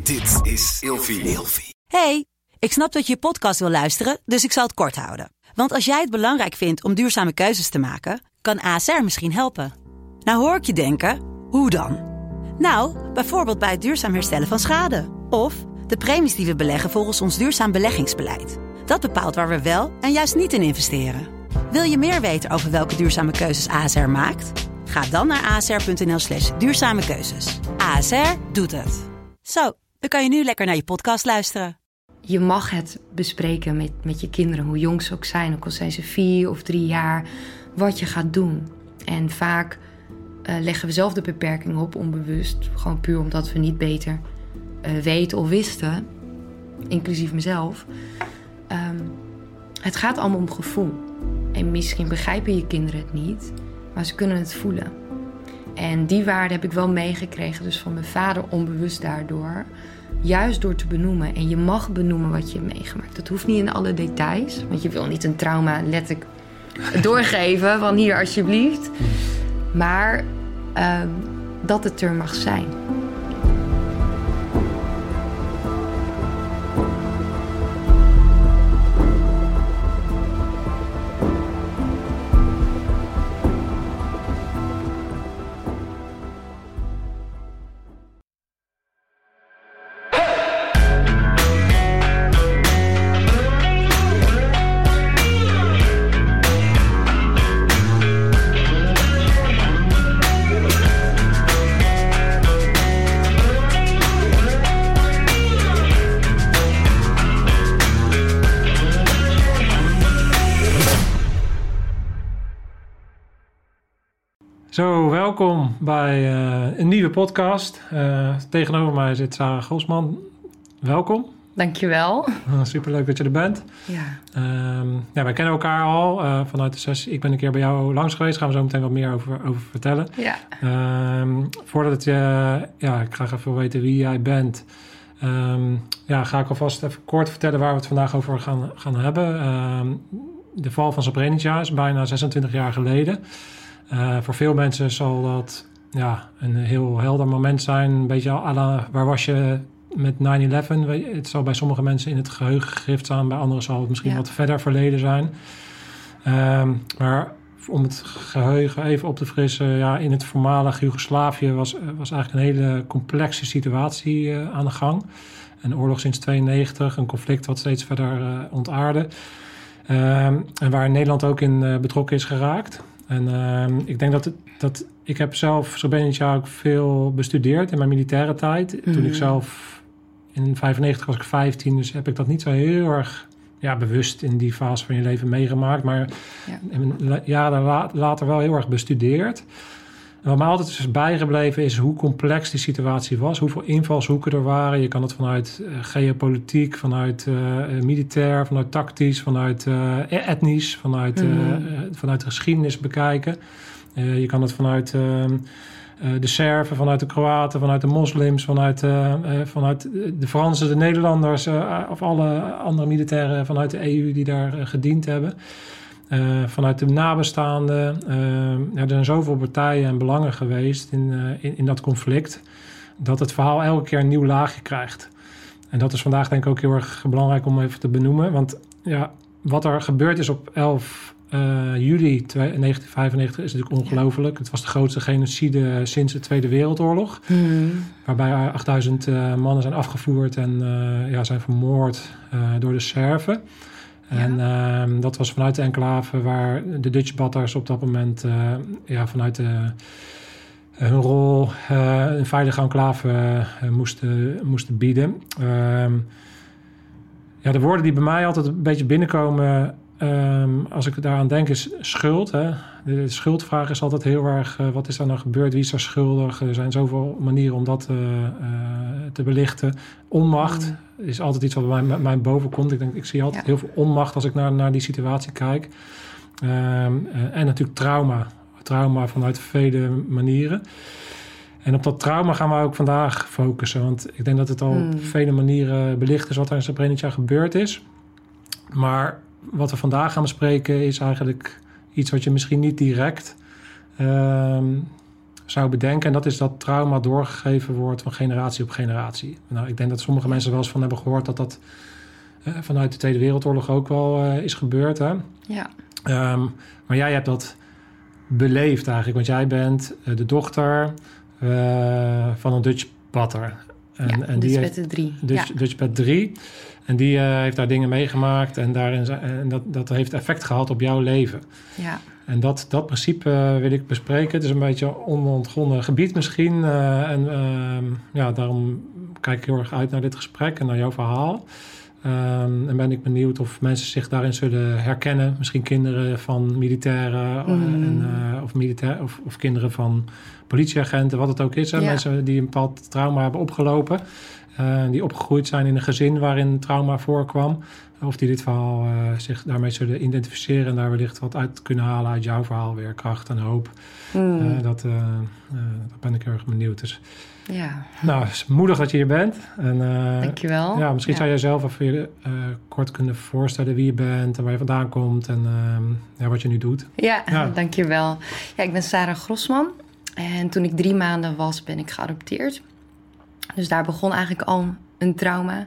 Dit is Ilfie. Hey, ik snap dat je je podcast wil luisteren, dus ik zal het kort houden. Want als jij het belangrijk vindt om duurzame keuzes te maken, kan ASR misschien helpen. Nou hoor ik je denken, hoe dan? Nou, bijvoorbeeld bij het duurzaam herstellen van schade. Of de premies die we beleggen volgens ons duurzaam beleggingsbeleid. Dat bepaalt waar we wel en juist niet in investeren. Wil je meer weten over welke duurzame keuzes ASR maakt? Ga dan naar asr.nl/duurzame keuzes. ASR doet het. Zo, dan kan je nu lekker naar je podcast luisteren. Je mag het bespreken met je kinderen, hoe jong ze ook zijn. Ook al zijn ze 4 of 3 jaar, wat je gaat doen. En vaak leggen we zelf de beperking op, onbewust. Gewoon puur omdat we niet beter weten of wisten. Inclusief mezelf. Het gaat allemaal om gevoel. En misschien begrijpen je kinderen het niet, maar ze kunnen het voelen. En die waarde heb ik wel meegekregen, dus van mijn vader onbewust daardoor. Juist door te benoemen. En je mag benoemen wat je hebt meegemaakt. Dat hoeft niet in alle details. Want je wil niet een trauma letterlijk doorgeven. Van hier alsjeblieft. Maar dat het er mag zijn. Zo, welkom bij een nieuwe podcast. Tegenover mij zit Sarah Gosman. Welkom. Dankjewel. Superleuk dat je er bent. Ja. Wij kennen elkaar al vanuit de sessie. Ik ben een keer bij jou langs geweest. Gaan we zo meteen wat meer over vertellen. Ja. Voordat ik graag even weten wie jij bent. Ga ik alvast even kort vertellen waar we het vandaag over gaan hebben. De val van Srebrenica is bijna 26 jaar geleden. Voor veel mensen zal dat een heel helder moment zijn. Een beetje à la, waar was je met 9/11? Het zal bij sommige mensen in het geheugen gegrift staan. Bij anderen zal het misschien wat verder verleden zijn. Maar om het geheugen even op te frissen. In het voormalige Joegoslavië was eigenlijk een hele complexe situatie aan de gang. Een oorlog sinds 92. Een conflict wat steeds verder ontaarde. En waar Nederland ook in betrokken is geraakt. En ik denk dat ik heb zelf Srebrenica ook veel bestudeerd in mijn militaire tijd. Toen ik zelf in 1995 was ik 15, dus heb ik dat niet zo heel erg bewust in die fase van je leven meegemaakt. Maar jaren later wel heel erg bestudeerd. En wat mij altijd is bijgebleven is hoe complex die situatie was. Hoeveel invalshoeken er waren. Je kan het vanuit vanuit vanuit militair, vanuit tactisch, vanuit etnisch, vanuit geschiedenis bekijken. Je kan het vanuit de Serven, vanuit de Kroaten, vanuit de moslims, vanuit de Fransen, de Nederlanders of alle andere militairen vanuit de EU die daar gediend hebben. Vanuit de nabestaanden. Er zijn zoveel partijen en belangen geweest in dat conflict, dat het verhaal elke keer een nieuw laagje krijgt. En dat is vandaag denk ik ook heel erg belangrijk om even te benoemen. Want wat er gebeurd is op 11 juli 1995 is natuurlijk ongelooflijk. Het was de grootste genocide sinds de Tweede Wereldoorlog. Waarbij 8000 mannen zijn afgevoerd en zijn vermoord door de Serven. En dat was vanuit de enclave waar de Dutch Batters op dat moment vanuit hun rol een veilige enclave moesten bieden. De woorden die bij mij altijd een beetje binnenkomen als ik daaraan denk is schuld. Hè? De schuldvraag is altijd heel erg, wat is daar nou gebeurd? Wie is daar schuldig? Er zijn zoveel manieren om dat te belichten. Onmacht is altijd iets wat bij mij boven komt. Ik zie altijd heel veel onmacht als ik naar die situatie kijk. En natuurlijk trauma. Trauma vanuit vele manieren. En op dat trauma gaan we ook vandaag focussen. Want ik denk dat het al op vele manieren belicht is wat er in Srebrenica gebeurd is. Maar wat we vandaag gaan bespreken is eigenlijk iets wat je misschien niet direct zou bedenken. En dat is dat trauma doorgegeven wordt van generatie op generatie. Nou, ik denk dat sommige mensen wel eens van hebben gehoord dat vanuit de Tweede Wereldoorlog ook wel is gebeurd. Hè? Ja. Maar jij hebt dat beleefd eigenlijk. Want jij bent de dochter van een Dutch batter. En die Dutch 3. Dutch Pet 3. En die heeft daar dingen meegemaakt. En dat heeft effect gehad op jouw leven. Ja. En dat principe wil ik bespreken. Het is een beetje een onontgonnen gebied misschien. Daarom kijk ik heel erg uit naar dit gesprek en naar jouw verhaal. En ben ik benieuwd of mensen zich daarin zullen herkennen. Misschien kinderen van militairen of kinderen van politieagenten, wat het ook is. Hè? Mensen die een bepaald trauma hebben opgelopen. Die opgegroeid zijn in een gezin waarin trauma voorkwam. Of die dit verhaal zich daarmee zullen identificeren en daar wellicht wat uit kunnen halen uit jouw verhaal weer. Kracht en hoop. Dat ben ik heel erg benieuwd. Dus, nou, het is moedig dat je hier bent. En, dankjewel. Ja, misschien zou jij zelf even kort kunnen voorstellen wie je bent en waar je vandaan komt en wat je nu doet. Ja, dankjewel. Ja, ik ben Sarah Grossman en toen ik 3 maanden was ben ik geadopteerd. Dus daar begon eigenlijk al een trauma.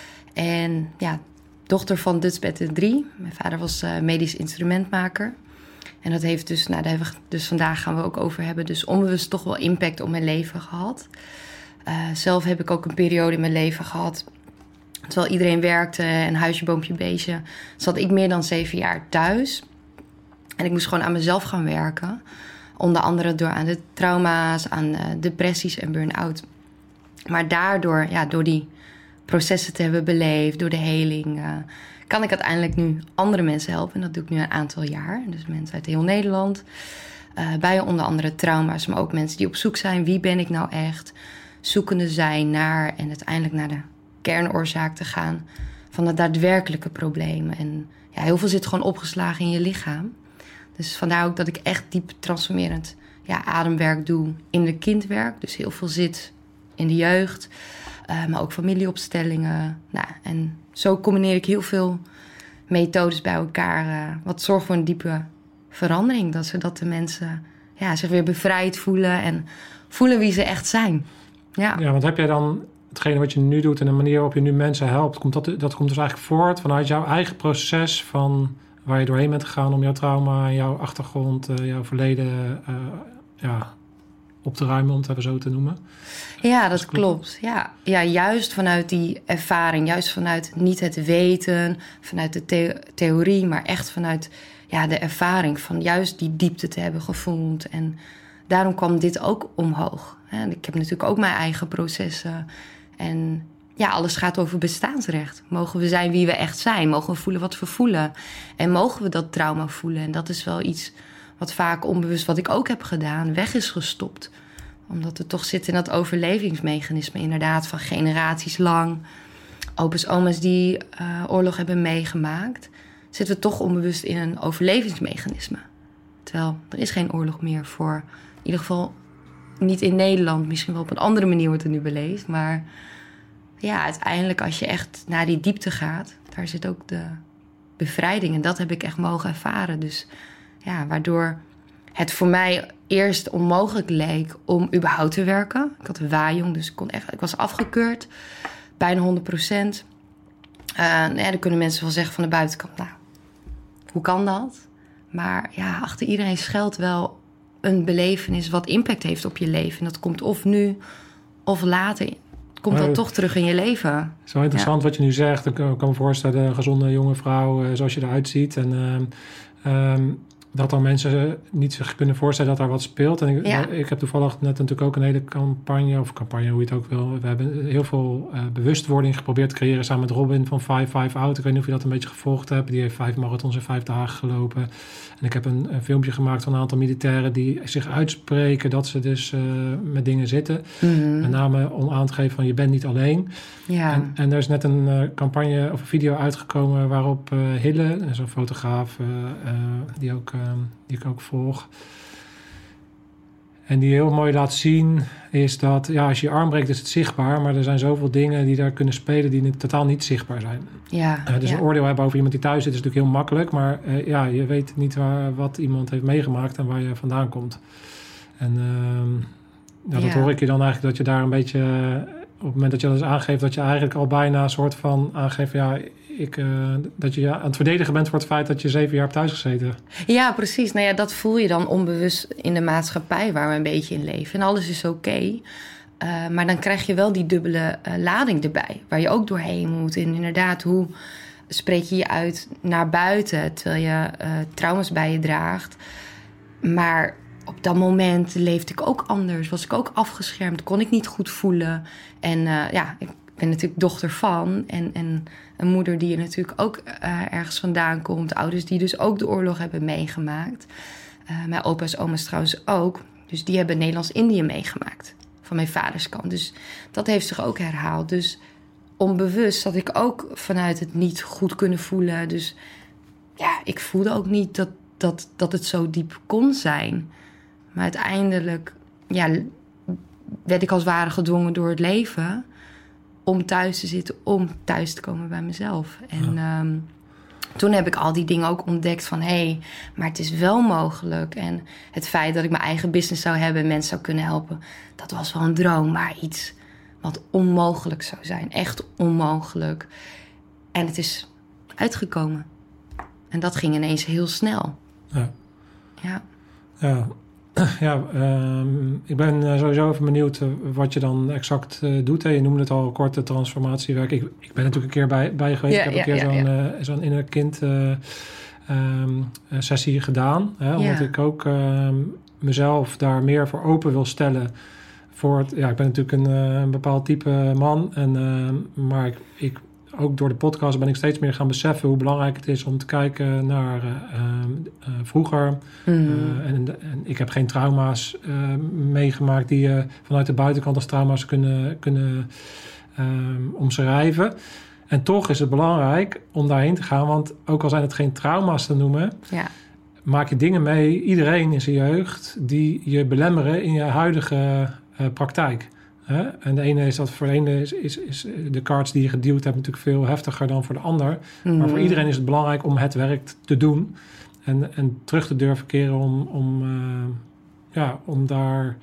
En ja, dochter van Dutch Pet 3. Mijn vader was medisch instrumentmaker. En dat heeft dus, daar hebben we dus vandaag gaan we ook over hebben, dus onbewust toch wel impact op mijn leven gehad. Zelf heb ik ook een periode in mijn leven gehad, terwijl iedereen werkte en huisje, boompje, beestje, zat ik meer dan 7 jaar thuis. En ik moest gewoon aan mezelf gaan werken. Onder andere door aan de trauma's, aan depressies en burn-out. Maar daardoor, door die processen te hebben beleefd, door de heling, kan ik uiteindelijk nu andere mensen helpen. En dat doe ik nu een aantal jaar. Dus mensen uit heel Nederland. Bij onder andere trauma's, maar ook mensen die op zoek zijn. Wie ben ik nou echt? Zoekende zijn naar en uiteindelijk naar de kernoorzaak te gaan van de daadwerkelijke problemen. En heel veel zit gewoon opgeslagen in je lichaam. Dus vandaar ook dat ik echt diep transformerend ademwerk doe in de kindwerk. Dus heel veel zit in de jeugd, maar ook familieopstellingen. En zo combineer ik heel veel methodes bij elkaar. Wat zorgt voor een diepe verandering. Zodat de mensen zich weer bevrijd voelen en voelen wie ze echt zijn. Ja, want heb jij dan hetgene wat je nu doet en de manier waarop je nu mensen helpt, dat komt dus eigenlijk voort vanuit jouw eigen proces van waar je doorheen bent gegaan om jouw trauma, jouw achtergrond, jouw verleden op te ruimen, om het even zo te noemen? Ja, dat klopt. Ja, juist vanuit die ervaring, juist vanuit niet het weten, vanuit de theorie, maar echt vanuit de ervaring van juist die diepte te hebben gevoeld. En daarom kwam dit ook omhoog. Ik heb natuurlijk ook mijn eigen processen. En alles gaat over bestaansrecht. Mogen we zijn wie we echt zijn? Mogen we voelen wat we voelen? En mogen we dat trauma voelen? En dat is wel iets wat vaak onbewust, wat ik ook heb gedaan, weg is gestopt. Omdat het toch zit in dat overlevingsmechanisme, inderdaad, van generaties lang. Opa's, oma's die oorlog hebben meegemaakt, zitten we toch onbewust in een overlevingsmechanisme. Terwijl er is geen oorlog meer voor, in ieder geval niet in Nederland. Misschien wel op een andere manier wordt het nu beleefd. Maar uiteindelijk als je echt naar die diepte gaat, daar zit ook de bevrijding. En dat heb ik echt mogen ervaren. Dus waardoor het voor mij eerst onmogelijk leek om überhaupt te werken. Ik had een waaijong, dus ik was afgekeurd. Bijna 100%. Dan kunnen mensen wel zeggen van de buitenkant, hoe kan dat? Maar achter iedereen schuilt wel een belevenis wat impact heeft op je leven. En dat komt of nu of later. Komt dat toch terug in je leven. Het is wel interessant wat je nu zegt. Ik kan me voorstellen, een gezonde jonge vrouw zoals je eruit ziet. En dat dan mensen niet zich kunnen voorstellen dat daar wat speelt. En ik heb toevallig net natuurlijk ook een hele campagne, hoe je het ook wil. We hebben heel veel bewustwording geprobeerd te creëren samen met Robin van 5 Out. Ik weet niet of je dat een beetje gevolgd hebt. Die heeft 5 marathons in 5 dagen gelopen. En ik heb een filmpje gemaakt van een aantal militairen die zich uitspreken dat ze dus met dingen zitten. Mm-hmm. Met name om aan te geven van je bent niet alleen. Ja. En er is net een campagne of een video uitgekomen waarop Hille, zo'n fotograaf die ik ook volg. En die heel mooi laat zien is dat als je arm breekt is het zichtbaar, maar er zijn zoveel dingen die daar kunnen spelen die totaal niet zichtbaar zijn. Dus een oordeel hebben over iemand die thuis zit is natuurlijk heel makkelijk, maar je weet niet wat iemand heeft meegemaakt en waar je vandaan komt. En dat hoor ik je dan eigenlijk dat je daar een beetje... op het moment dat je dat eens aangeeft... dat je eigenlijk al bijna een soort van aangeeft... dat je aan het verdedigen bent voor het feit... dat je 7 jaar hebt thuisgezeten. Ja, precies. Nou ja, dat voel je dan onbewust in de maatschappij... waar we een beetje in leven. En alles is oké. Maar dan krijg je wel die dubbele lading erbij... waar je ook doorheen moet. En inderdaad, hoe spreek je je uit naar buiten... terwijl je trauma's bij je draagt. Maar... op dat moment leefde ik ook anders. Was ik ook afgeschermd. Kon ik niet goed voelen. En ik ben natuurlijk dochter van. En een moeder die er natuurlijk ook ergens vandaan komt. Ouders die dus ook de oorlog hebben meegemaakt. Mijn opa's, oma's trouwens ook. Dus die hebben Nederlands-Indië meegemaakt. Van mijn vaders kant. Dus dat heeft zich ook herhaald. Dus onbewust zat ik ook vanuit het niet goed kunnen voelen. Dus ja, ik voelde ook niet dat het zo diep kon zijn. Maar uiteindelijk werd ik als het ware gedwongen door het leven... om thuis te zitten, om thuis te komen bij mezelf. En toen heb ik al die dingen ook ontdekt van... maar het is wel mogelijk. En het feit dat ik mijn eigen business zou hebben... en mensen zou kunnen helpen, dat was wel een droom. Maar iets wat onmogelijk zou zijn. Echt onmogelijk. En het is uitgekomen. En dat ging ineens heel snel. Ja. Ja, ik ben sowieso even benieuwd wat je dan exact doet. Je noemde het al korte transformatiewerk. Ik ben natuurlijk een keer bij je geweest. Ik heb een keer zo'n innerlijk kind sessie gedaan. Omdat ik ook mezelf daar meer voor open wil stellen. Ik ben natuurlijk een bepaald type man. Maar ik ook door de podcast ben ik steeds meer gaan beseffen... hoe belangrijk het is om te kijken naar vroeger. En ik heb geen trauma's meegemaakt... die je vanuit de buitenkant als trauma's kunnen omschrijven. En toch is het belangrijk om daarheen te gaan... want ook al zijn het geen trauma's te noemen... maak je dingen mee, iedereen in zijn jeugd... die je belemmeren in je huidige praktijk... En de ene is dat voor de ene is de cards die je gedeeld hebt natuurlijk veel heftiger dan voor de ander. Maar voor iedereen is het belangrijk om het werk te doen en terug te durven keren om daar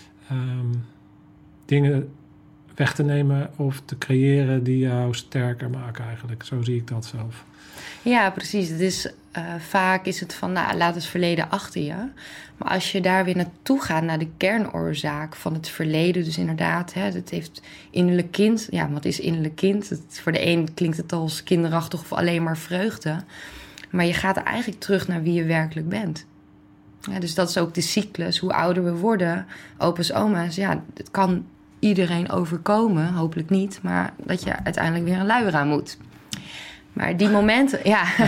dingen weg te nemen of te creëren die jou sterker maken eigenlijk. Zo zie ik dat zelf. Ja, precies. Het is, vaak is het van, laat het verleden achter je. Maar als je daar weer naartoe gaat, naar de kernoorzaak van het verleden... dus inderdaad, het heeft innerlijk kind... Ja, wat is innerlijk kind? Voor de een klinkt het als kinderachtig of alleen maar vreugde. Maar je gaat eigenlijk terug naar wie je werkelijk bent. Ja, dus dat is ook de cyclus. Hoe ouder we worden, opa's, oma's... Ja, het kan iedereen overkomen, hopelijk niet... maar dat je uiteindelijk weer een luier aan moet... Maar die momenten,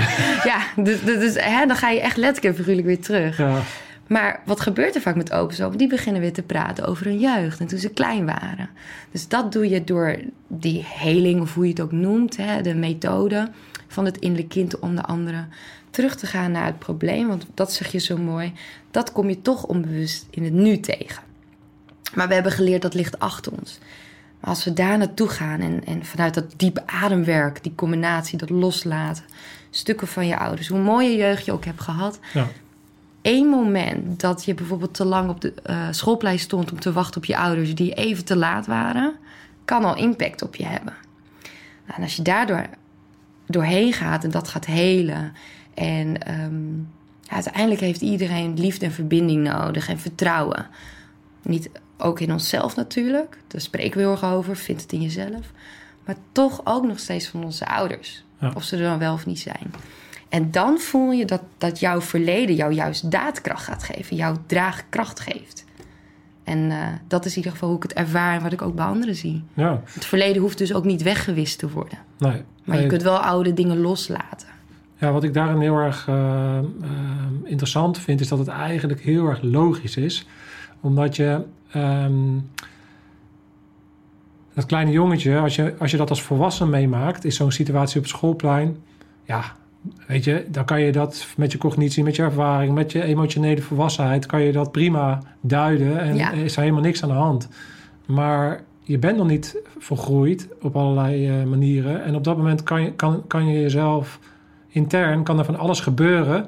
dus dan ga je echt letterlijk en figuurlijk weer terug. Ja. Maar wat gebeurt er vaak met opa's oma's? Die beginnen weer te praten over hun jeugd en toen ze klein waren. Dus dat doe je door die heling, of hoe je het ook noemt, de methode van het innerlijk kind onder andere, terug te gaan naar het probleem. Want dat zeg je zo mooi, dat kom je toch onbewust in het nu tegen. Maar we hebben geleerd dat ligt achter ons. Maar als we daar naartoe gaan en vanuit dat diepe ademwerk... die combinatie, dat loslaten... stukken van je ouders, hoe mooi je jeugd je ook hebt gehad... Ja. Eén moment dat je bijvoorbeeld te lang op de schoolplein stond... om te wachten op je ouders die even te laat waren... kan al impact op je hebben. Nou, en als je daardoor doorheen gaat en dat gaat helen... en uiteindelijk heeft iedereen liefde en verbinding nodig en vertrouwen... Niet ook in onszelf natuurlijk. Daar spreken we heel erg over. Vind het in jezelf. Maar toch ook nog steeds van onze ouders. Ja. Of ze er dan wel of niet zijn. En dan voel je dat jouw verleden jou juist daadkracht gaat geven. Jouw draagkracht geeft. En dat is in ieder geval hoe ik het ervaar en wat ik ook bij anderen zie. Ja. Het verleden hoeft dus ook niet weggewist te worden. Nee. Maar je kunt wel oude dingen loslaten. Ja, wat ik daarin heel erg interessant vind... is dat het eigenlijk heel erg logisch is... Omdat je dat kleine jongetje, als je dat als volwassen meemaakt... is zo'n situatie op het schoolplein... ja, weet je, dan kan je dat met je cognitie, met je ervaring... met je emotionele volwassenheid, kan je dat prima duiden... en is er helemaal niks aan de hand. Maar je bent nog niet volgroeid op allerlei manieren... en op dat moment kan je jezelf intern... kan er van alles gebeuren...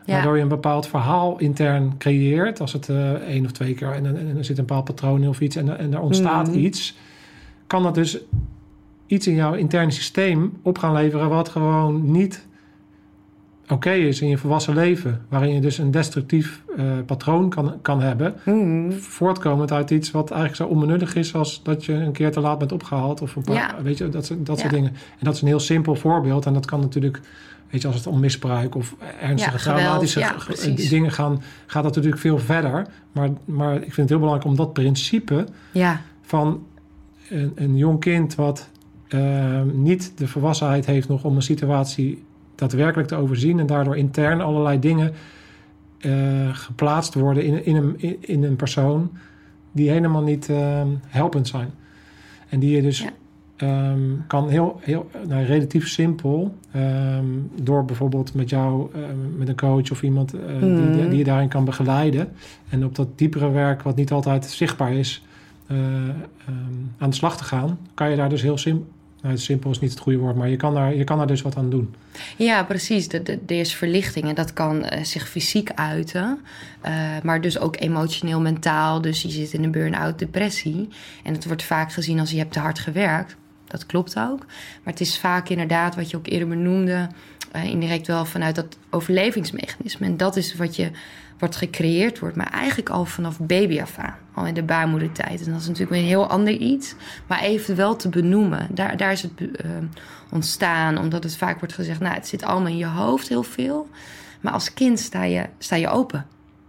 Waardoor je een bepaald verhaal intern creëert. Als het 1 of 2 keer en er zit een bepaald patroon in of iets en er ontstaat iets. Kan dat dus iets in jouw interne systeem op gaan leveren wat gewoon niet oké is in je volwassen leven. Waarin je dus een destructief patroon kan hebben. Voortkomend uit iets wat eigenlijk zo onbenullig is als dat je een keer te laat bent opgehaald. Of een paar, weet je, dat soort dingen. En dat is een heel simpel voorbeeld. En dat kan natuurlijk, weet je, als het om misbruik of ernstige traumatische dingen gaat dat natuurlijk veel verder. Maar ik vind het heel belangrijk om dat principe van een jong kind wat niet de volwassenheid heeft nog om een situatie daadwerkelijk te overzien en daardoor intern allerlei dingen geplaatst worden in een persoon die helemaal niet helpend zijn. En die je dus kan heel relatief simpel door bijvoorbeeld met jou, met een coach of iemand die je daarin kan begeleiden en op dat diepere werk wat niet altijd zichtbaar is aan de slag te gaan, kan je daar dus heel simpel is niet het goede woord, maar je kan daar dus wat aan doen. Ja, precies. Er is verlichting en dat kan zich fysiek uiten. Maar dus ook emotioneel, mentaal. Dus je zit in een burn-out, depressie. En het wordt vaak gezien als je hebt te hard gewerkt. Dat klopt ook. Maar het is vaak inderdaad, wat je ook eerder benoemde, indirect wel vanuit dat overlevingsmechanisme. En dat is wat gecreëerd wordt, maar eigenlijk al vanaf baby af aan, al in de baarmoedertijd. En dat is natuurlijk weer een heel ander iets, maar even wel te benoemen. Daar is het ontstaan, omdat het vaak wordt gezegd, nou, het zit allemaal in je hoofd heel veel. Maar als kind sta je open.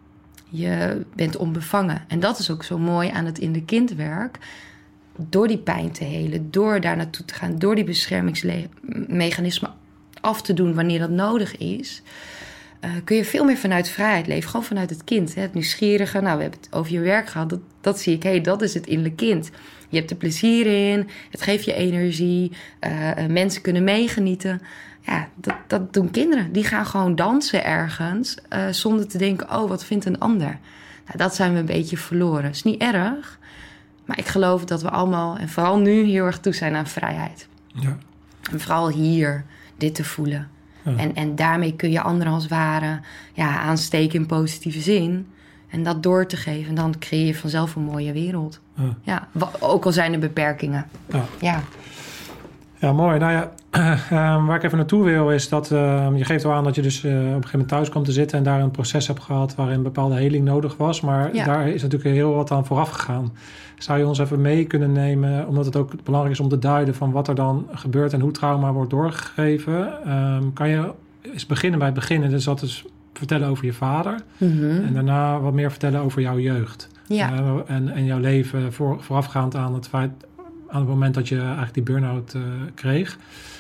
Je bent onbevangen. En dat is ook zo mooi aan het innerkindwerk. Door die pijn te helen, door daar naartoe te gaan, door die beschermingsmechanismen af te doen wanneer dat nodig is, kun je veel meer vanuit vrijheid leven. Gewoon vanuit het kind. Hè? Het nieuwsgierige. Nou, we hebben het over je werk gehad. Dat zie ik. Dat is het innerlijk kind. Je hebt er plezier in. Het geeft je energie. Mensen kunnen meegenieten. Ja, dat doen kinderen. Die gaan gewoon dansen ergens. Zonder te denken, oh, wat vindt een ander? Nou, dat zijn we een beetje verloren. Het is niet erg. Maar ik geloof dat we allemaal, en vooral nu, heel erg toe zijn aan vrijheid. Ja. En vooral hier dit te voelen. Ja. En daarmee kun je anderen als ware aansteken in positieve zin. En dat door te geven. En dan creëer je vanzelf een mooie wereld. Ja. Ook al zijn er beperkingen. Ja, mooi. Nou ja, waar ik even naartoe wil is dat je geeft wel aan dat je dus op een gegeven moment thuis kwam te zitten en daar een proces hebt gehad waarin bepaalde heling nodig was. Maar daar is natuurlijk heel wat aan vooraf gegaan. Zou je ons even mee kunnen nemen, omdat het ook belangrijk is om te duiden van wat er dan gebeurt en hoe trauma wordt doorgegeven. Kan je eens beginnen bij het begin, dus dat is vertellen over je vader. Mm-hmm. En daarna wat meer vertellen over jouw jeugd. Ja. En jouw leven voorafgaand aan het feit, aan het moment dat je eigenlijk die burn-out kreeg.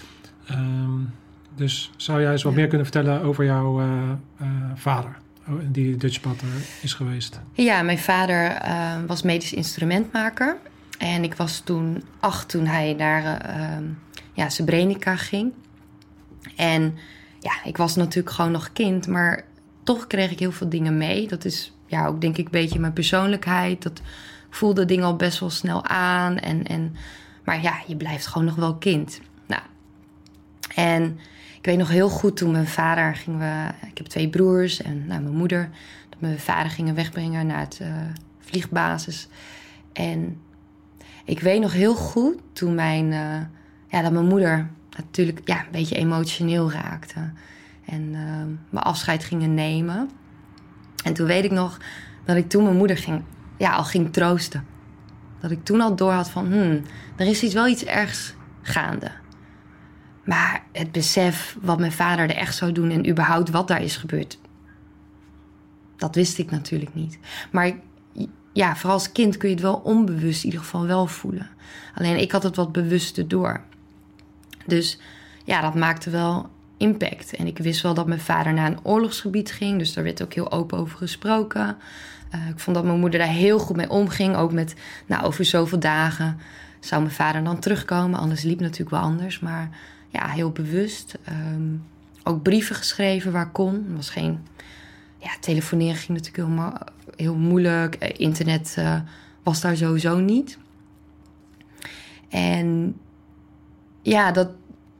Dus zou jij eens wat meer kunnen vertellen over jouw vader, die Dutchbatter is geweest? Ja, mijn vader was medisch instrumentmaker. En ik was toen 8 toen hij naar Srebrenica ging. En ja, ik was natuurlijk gewoon nog kind, maar toch kreeg ik heel veel dingen mee. Dat is ook denk ik een beetje mijn persoonlijkheid. Dat voelde dingen al best wel snel aan. Maar ja, je blijft gewoon nog wel kind. Nou, en ik weet nog heel goed toen mijn vader ik heb 2 broers en mijn moeder, dat mijn vader gingen wegbrengen naar het vliegbasis. En ik weet nog heel goed toen dat mijn moeder natuurlijk een beetje emotioneel raakte. En mijn afscheid gingen nemen. En toen weet ik nog dat ik toen mijn moeder al ging troosten. Dat ik toen al door had van, er is wel iets ergs gaande. Maar het besef wat mijn vader er echt zou doen en überhaupt wat daar is gebeurd, dat wist ik natuurlijk niet. Maar ja, vooral als kind kun je het wel onbewust in ieder geval wel voelen. Alleen ik had het wat bewuster door. Dus ja, dat maakte wel impact. En ik wist wel dat mijn vader naar een oorlogsgebied ging. Dus daar werd ook heel open over gesproken. Ik vond dat mijn moeder daar heel goed mee omging. Ook met, over zoveel dagen zou mijn vader dan terugkomen. Anders liep natuurlijk wel anders. Maar ja, heel bewust. Ook brieven geschreven waar kon. Er was geen... Ja, telefoneren ging natuurlijk heel moeilijk. Internet was daar sowieso niet. En ja,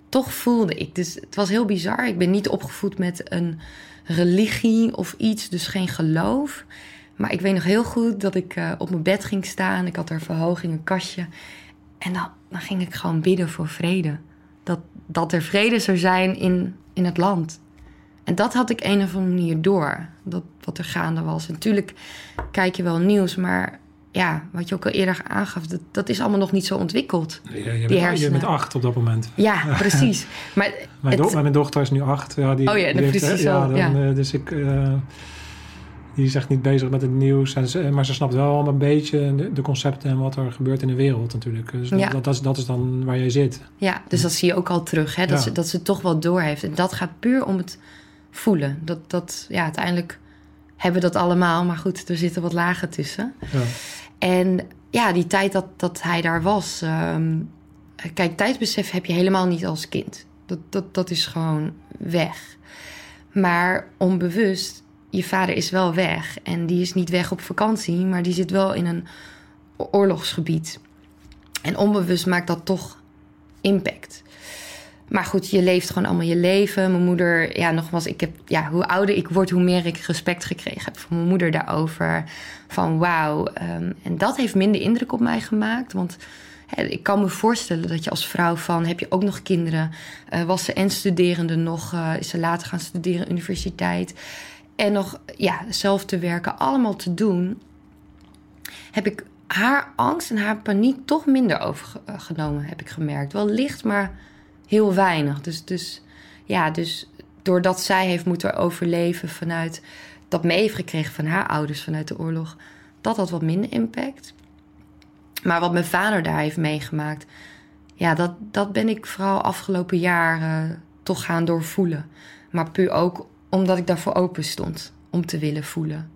toch voelde ik. Dus het was heel bizar. Ik ben niet opgevoed met een religie of iets, dus geen geloof. Maar ik weet nog heel goed dat ik op mijn bed ging staan. Ik had er verhoging, een kastje. En dan ging ik gewoon bidden voor vrede. Dat er vrede zou zijn in het land. En dat had ik een of andere manier door. Wat er gaande was. En natuurlijk kijk je wel nieuws, maar ja, wat je ook al eerder aangaf, dat is allemaal nog niet zo ontwikkeld. Ja, je bent 8 op dat moment. Ja, precies. Maar mijn dochter is nu 8. Ja, precies zo. Dus die is echt niet bezig met het nieuws. Maar ze snapt wel een beetje de concepten en wat er gebeurt in de wereld natuurlijk. Dus dat is dan waar jij zit. Ja, dus dat zie je ook al terug. Hè? Dat ze toch wel doorheeft. En dat gaat puur om het voelen. Uiteindelijk hebben we dat allemaal. Maar goed, er zitten wat lagen tussen. Ja. En ja, die tijd dat hij daar was. Kijk, tijdsbesef heb je helemaal niet als kind. Dat is gewoon weg. Maar onbewust, je vader is wel weg. En die is niet weg op vakantie, maar die zit wel in een oorlogsgebied. En onbewust maakt dat toch impact. Maar goed, je leeft gewoon allemaal je leven. Mijn moeder, nogmaals, hoe ouder ik word, hoe meer ik respect gekregen heb van mijn moeder daarover. Van wauw. En dat heeft minder indruk op mij gemaakt. Want ik kan me voorstellen dat je als vrouw heb je ook nog kinderen? Was ze en studerende nog? Is ze later gaan studeren universiteit? En nog zelf te werken, allemaal te doen. Heb ik haar angst en haar paniek toch minder overgenomen, heb ik gemerkt. Wel licht, maar heel weinig. Dus doordat zij heeft moeten overleven vanuit dat mee heeft gekregen van haar ouders vanuit de oorlog, dat had wat minder impact. Maar wat mijn vader daar heeft meegemaakt, dat ben ik vooral afgelopen jaar toch gaan doorvoelen. Maar puur ook omdat ik daarvoor open stond om te willen voelen.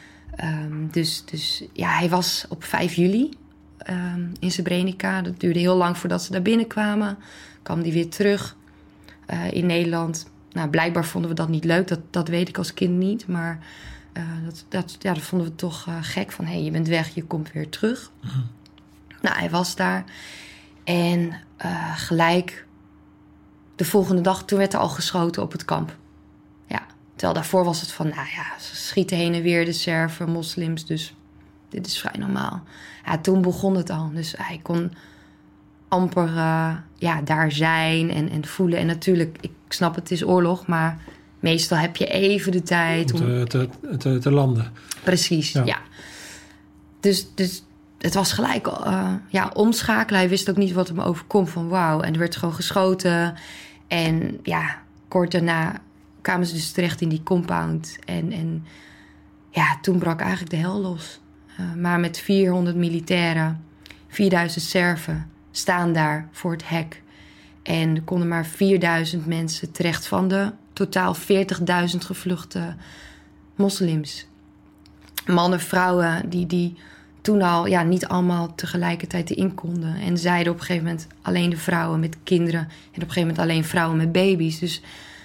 Dus hij was op 5 juli in Srebrenica. Dat duurde heel lang voordat ze daar binnenkwamen. Kwam die weer terug in Nederland. Nou, blijkbaar vonden we dat niet leuk. Dat weet ik als kind niet. Maar dat vonden we toch gek. Van, je bent weg, je komt weer terug. Mm-hmm. Nou, hij was daar. En gelijk de volgende dag, toen werd er al geschoten op het kamp. Ja, terwijl daarvoor was het van, ze schieten heen en weer de Serven, moslims. Dus dit is vrij normaal. Ja, toen begon het al. Dus hij kon amper daar zijn en voelen. En natuurlijk, ik snap het is oorlog, maar meestal heb je even de tijd om te landen. Precies, ja. Dus het was gelijk omschakelen. Hij wist ook niet wat hem overkomt van wauw. En er werd gewoon geschoten. En kort daarna kwamen ze dus terecht in die compound. En toen brak eigenlijk de hel los. Maar met 400 militairen, 4000 Serven staan daar voor het hek. En er konden maar 4000 mensen terecht van de totaal 40.000 gevluchte moslims. Mannen, vrouwen die toen al niet allemaal tegelijkertijd erin konden. En zeiden op een gegeven moment alleen de vrouwen met kinderen. En op een gegeven moment alleen vrouwen met baby's. Dus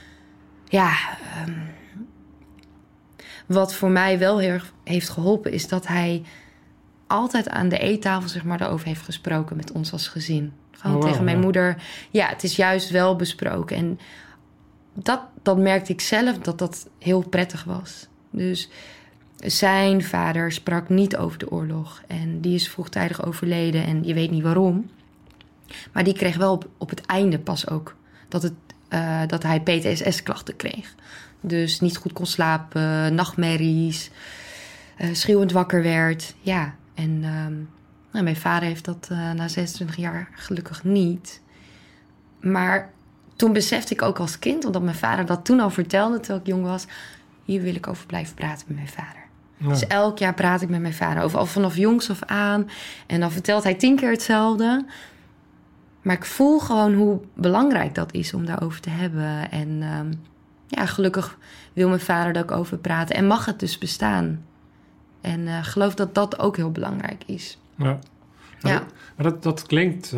wat voor mij wel heel erg heeft geholpen is dat hij altijd aan de eettafel daarover heeft gesproken met ons als gezin. Gewoon tegen mijn moeder. Ja, het is juist wel besproken. En dat merkte ik zelf dat heel prettig was. Dus zijn vader sprak niet over de oorlog. En die is vroegtijdig overleden. En je weet niet waarom. Maar die kreeg wel op het einde pas ook dat hij PTSS-klachten kreeg. Dus niet goed kon slapen, nachtmerries, schreeuwend wakker werd. Ja, en mijn vader heeft dat na 26 jaar gelukkig niet. Maar toen besefte ik ook als kind, omdat mijn vader dat toen al vertelde terwijl ik jong was, hier wil ik over blijven praten met mijn vader. Ja. Dus elk jaar praat ik met mijn vader over, al vanaf jongs af aan. En dan vertelt hij 10 keer hetzelfde. Maar ik voel gewoon hoe belangrijk dat is om daarover te hebben. En gelukkig wil mijn vader er ook over praten. En mag het dus bestaan. En geloof dat dat ook heel belangrijk is. Ja. Maar dat klinkt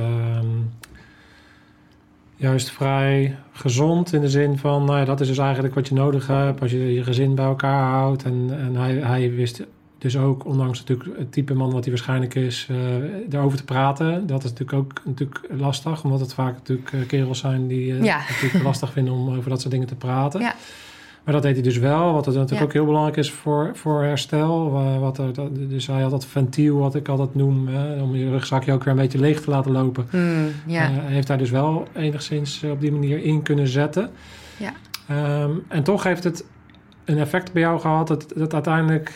juist vrij gezond in de zin van, dat is dus eigenlijk wat je nodig hebt als je je gezin bij elkaar houdt. En hij wist dus ook, ondanks natuurlijk het type man wat hij waarschijnlijk is, daarover te praten. Dat is natuurlijk ook lastig, omdat het vaak natuurlijk kerels zijn die natuurlijk lastig vinden om over dat soort dingen te praten. Ja. Maar dat deed hij dus wel, wat natuurlijk ook heel belangrijk is voor herstel. Dus hij had dat ventiel, wat ik altijd noem, om je rugzakje ook weer een beetje leeg te laten lopen. Heeft hij dus wel enigszins op die manier in kunnen zetten. Ja. En toch heeft het een effect bij jou gehad dat uiteindelijk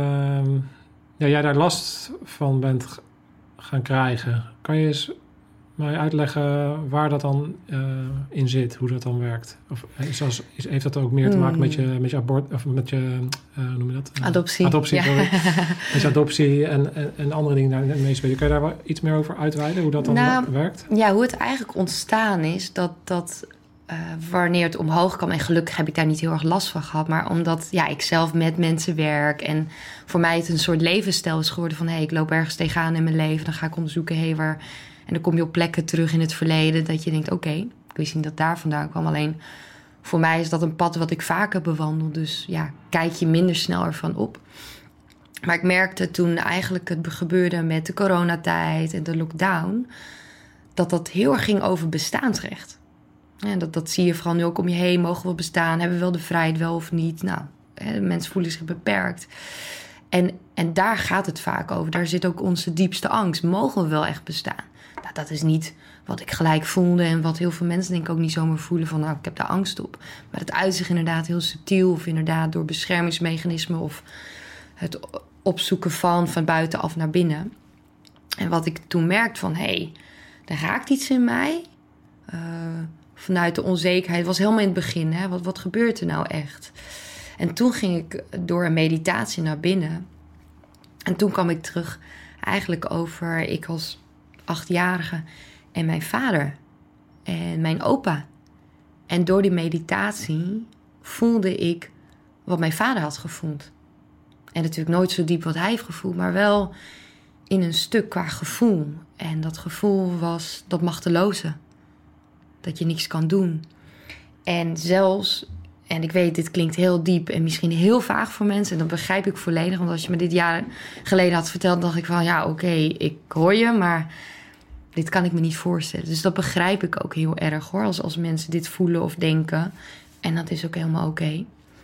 jij daar last van bent gaan krijgen. Kan je eens mij uitleggen waar dat dan in zit, hoe dat dan werkt? Of heeft dat ook meer te maken met je abort, of met je noem je dat? Adoptie. Adoptie, sorry. Met je adoptie en andere dingen daar mee spelen. Kan je daar wel iets meer over uitweiden, hoe dat dan werkt? Ja, hoe het eigenlijk ontstaan is, dat wanneer het omhoog kwam, en gelukkig heb ik daar niet heel erg last van gehad, maar omdat ik zelf met mensen werk en voor mij het een soort levensstijl is geworden van ik loop ergens tegenaan in mijn leven, dan ga ik onderzoeken waar. En dan kom je op plekken terug in het verleden dat je denkt, oké, ik wist niet dat daar vandaan kwam. Alleen voor mij is dat een pad wat ik vaker bewandel. Dus kijk je minder snel ervan op. Maar ik merkte toen eigenlijk het gebeurde met de coronatijd en de lockdown, dat heel erg ging over bestaansrecht. En dat zie je vooral nu ook om je heen. Mogen we bestaan? Hebben we wel de vrijheid, wel of niet? Nou, mensen voelen zich beperkt. En daar gaat het vaak over. Daar zit ook onze diepste angst. Mogen we wel echt bestaan? Nou, dat is niet wat ik gelijk voelde en wat heel veel mensen denk ik ook niet zomaar voelen van ik heb daar angst op. Maar het uit zich inderdaad heel subtiel of inderdaad door beschermingsmechanismen of het opzoeken van buitenaf naar binnen. En wat ik toen merkte van er raakt iets in mij. Vanuit de onzekerheid, was helemaal in het begin. Wat gebeurt er nou echt? En toen ging ik door een meditatie naar binnen. En toen kwam ik terug eigenlijk over ik als 8-jarige en mijn vader en mijn opa. En door die meditatie voelde ik wat mijn vader had gevoeld. En natuurlijk nooit zo diep wat hij heeft gevoeld, maar wel in een stuk qua gevoel. En dat gevoel was dat machteloze. Dat je niks kan doen. En zelfs, en ik weet, dit klinkt heel diep en misschien heel vaag voor mensen. En dat begrijp ik volledig. Want als je me dit jaar geleden had verteld, dacht ik van oké, ik hoor je, maar dit kan ik me niet voorstellen. Dus dat begrijp ik ook heel erg hoor. Als mensen dit voelen of denken. En dat is ook helemaal oké.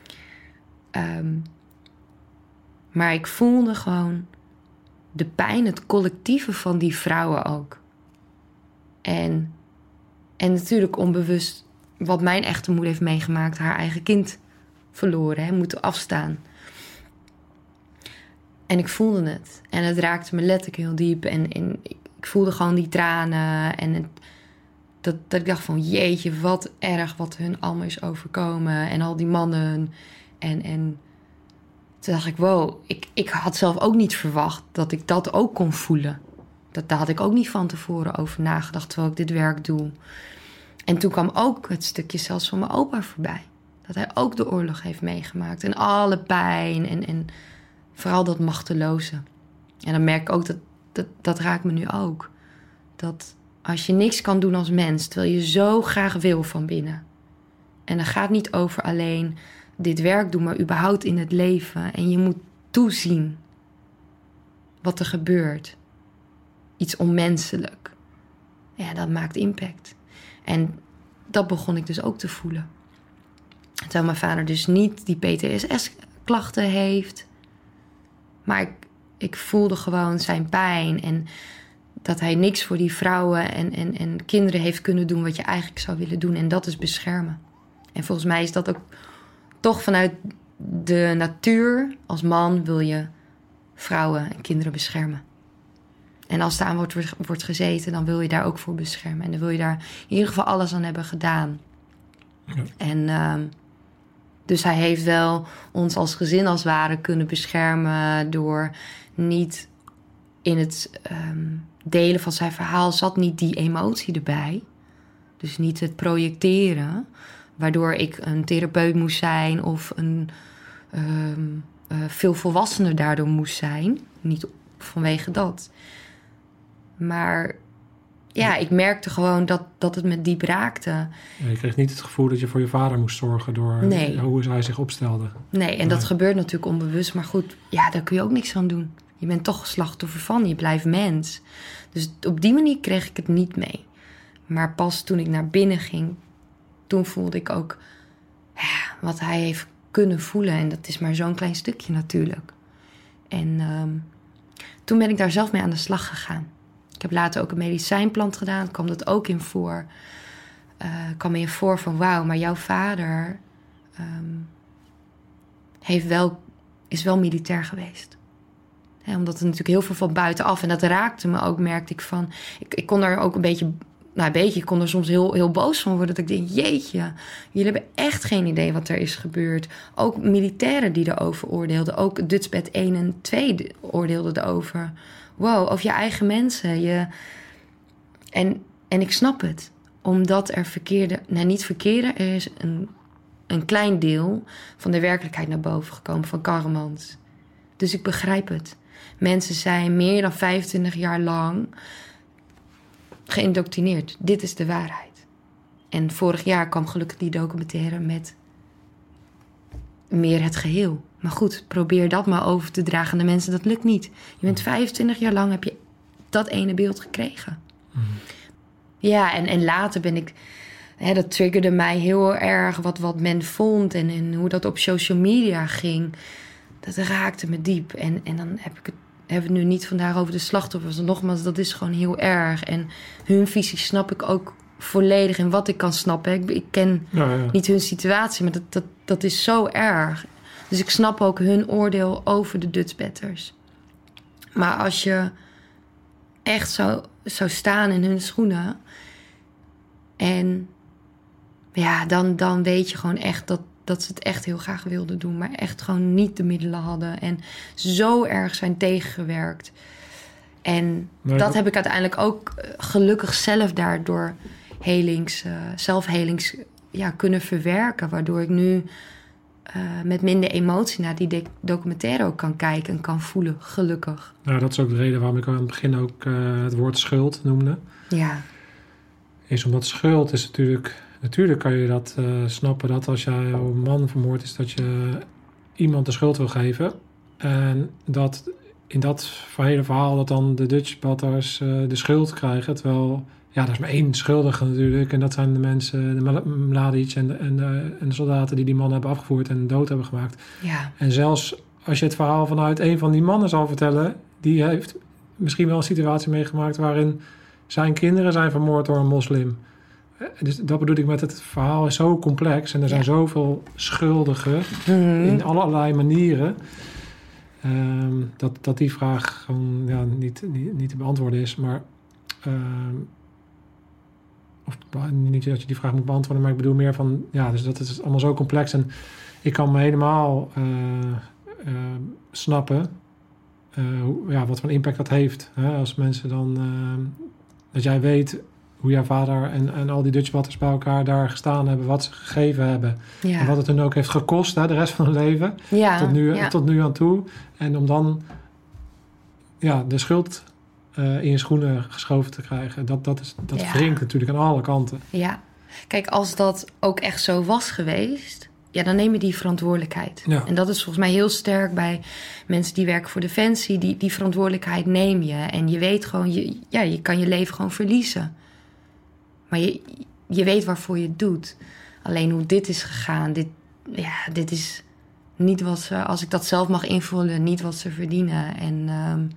Maar ik voelde gewoon de pijn, het collectieve van die vrouwen ook. En natuurlijk onbewust wat mijn echte moeder heeft meegemaakt. Haar eigen kind verloren, moeten afstaan. En ik voelde het. En het raakte me letterlijk heel diep. En ik voelde gewoon die tranen. En dat ik dacht van jeetje, wat erg wat hun allemaal is overkomen. En al die mannen. En toen dacht ik, wow, ik had zelf ook niet verwacht dat ik dat ook kon voelen. Daar had ik ook niet van tevoren over nagedacht terwijl ik dit werk doe. En toen kwam ook het stukje zelfs van mijn opa voorbij. Dat hij ook de oorlog heeft meegemaakt. En alle pijn en vooral dat machteloze. En dan merk ik ook dat raakt me nu ook. Dat als je niks kan doen als mens, terwijl je zo graag wil van binnen. En dat gaat niet over alleen dit werk doen, maar überhaupt in het leven. En je moet toezien wat er gebeurt. Iets onmenselijk. Ja, dat maakt impact. En dat begon ik dus ook te voelen. Terwijl mijn vader dus niet die PTSS-klachten heeft. Maar ik voelde gewoon zijn pijn. En dat hij niks voor die vrouwen en kinderen heeft kunnen doen wat je eigenlijk zou willen doen. En dat is beschermen. En volgens mij is dat ook toch vanuit de natuur. Als man wil je vrouwen en kinderen beschermen. En als daar aan wordt gezeten, dan wil je daar ook voor beschermen. En dan wil je daar in ieder geval alles aan hebben gedaan. Ja. En dus hij heeft wel ons als gezin als het ware kunnen beschermen door niet in het delen van zijn verhaal zat niet die emotie erbij. Dus niet het projecteren, waardoor ik een therapeut moest zijn of een veel volwassener daardoor moest zijn. Niet vanwege dat. Maar Ja, ik merkte gewoon dat het me diep raakte. Ja, je kreeg niet het gevoel dat je voor je vader moest zorgen door hoe hij zich opstelde. Nee, en dat gebeurt natuurlijk onbewust. Maar goed, ja, daar kun je ook niks aan doen. Je bent toch slachtoffer van, je blijft mens. Dus op die manier kreeg ik het niet mee. Maar pas toen ik naar binnen ging, toen voelde ik ook wat hij heeft kunnen voelen. En dat is maar zo'n klein stukje natuurlijk. En toen ben ik daar zelf mee aan de slag gegaan. Ik heb later ook een medicijnplan gedaan. Kwam dat ook in voor. Kwam in voor van wauw, maar jouw vader is wel militair geweest. Omdat er natuurlijk heel veel van buitenaf. En dat raakte me ook, merkte ik van. Ik kon daar ook een beetje. Ik kon er soms heel boos van worden. Dat ik denk, jeetje, jullie hebben echt geen idee wat er is gebeurd. Ook militairen die erover oordeelden. Ook Dutchbed 1 en 2 oordeelden erover. Wow, over je eigen mensen. En ik snap het. Omdat er er is een klein deel van de werkelijkheid naar boven gekomen van Karremans. Dus ik begrijp het. Mensen zijn meer dan 25 jaar lang geïndoctrineerd. Dit is de waarheid. En vorig jaar kwam gelukkig die documentaire met meer het geheel. Maar goed, probeer dat maar over te dragen aan de mensen. Dat lukt niet. Je bent 25 jaar lang, heb je dat ene beeld gekregen. Ja, en later ben ik. Dat triggerde mij heel erg wat men vond en hoe dat op social media ging. Dat raakte me diep. En dan hebben we het nu niet vandaag over de slachtoffers. Nogmaals, dat is gewoon heel erg. En hun visie snap ik ook volledig in wat ik kan snappen. Ik ken niet hun situatie, maar dat is zo erg. Dus ik snap ook hun oordeel over de Dutchbedders. Maar als je echt zou staan in hun schoenen. En ja, dan weet je gewoon echt dat ze het echt heel graag wilden doen. Maar echt gewoon niet de middelen hadden. En zo erg zijn tegengewerkt. En dat heb ik uiteindelijk ook gelukkig zelf daardoor zelfhelings kunnen verwerken. Waardoor ik nu met minder emotie naar die documentaire ook kan kijken en kan voelen, gelukkig. Nou, dat is ook de reden waarom ik aan het begin ook het woord schuld noemde. Ja. Is omdat schuld is natuurlijk kan je dat snappen dat als jij een man vermoord is, dat je iemand de schuld wil geven. En dat in dat hele verhaal dat dan de Dutchbadders de schuld krijgen. Terwijl, er is maar één schuldige natuurlijk. En dat zijn de mensen, de Mladic en de soldaten die man hebben afgevoerd en dood hebben gemaakt. Ja. En zelfs als je het verhaal vanuit een van die mannen zal vertellen, die heeft misschien wel een situatie meegemaakt waarin zijn kinderen zijn vermoord door een moslim. Dus dat bedoel ik met het verhaal is zo complex en er zijn zoveel schuldigen in allerlei manieren. Dat die vraag gewoon niet te beantwoorden is. Maar of niet dat je die vraag moet beantwoorden, maar ik bedoel meer van dus dat is allemaal zo complex. En ik kan me helemaal snappen wat voor impact dat heeft. Als mensen dan dat jij weet hoe jouw vader en al die Dutchbadders bij elkaar daar gestaan hebben, wat ze gegeven hebben. Ja. En wat het hun ook heeft gekost, de rest van hun leven. Ja. Tot nu aan toe. En om dan de schuld in je schoenen geschoven te krijgen. Dat wringt natuurlijk aan alle kanten. Ja, kijk, als dat ook echt zo was geweest, dan neem je die verantwoordelijkheid. Ja. En dat is volgens mij heel sterk bij mensen die werken voor Defensie. Die verantwoordelijkheid neem je. En je weet gewoon, je kan je leven gewoon verliezen. Maar je weet waarvoor je het doet. Alleen hoe dit is gegaan, dit is niet wat ze, als ik dat zelf mag invullen, niet wat ze verdienen. En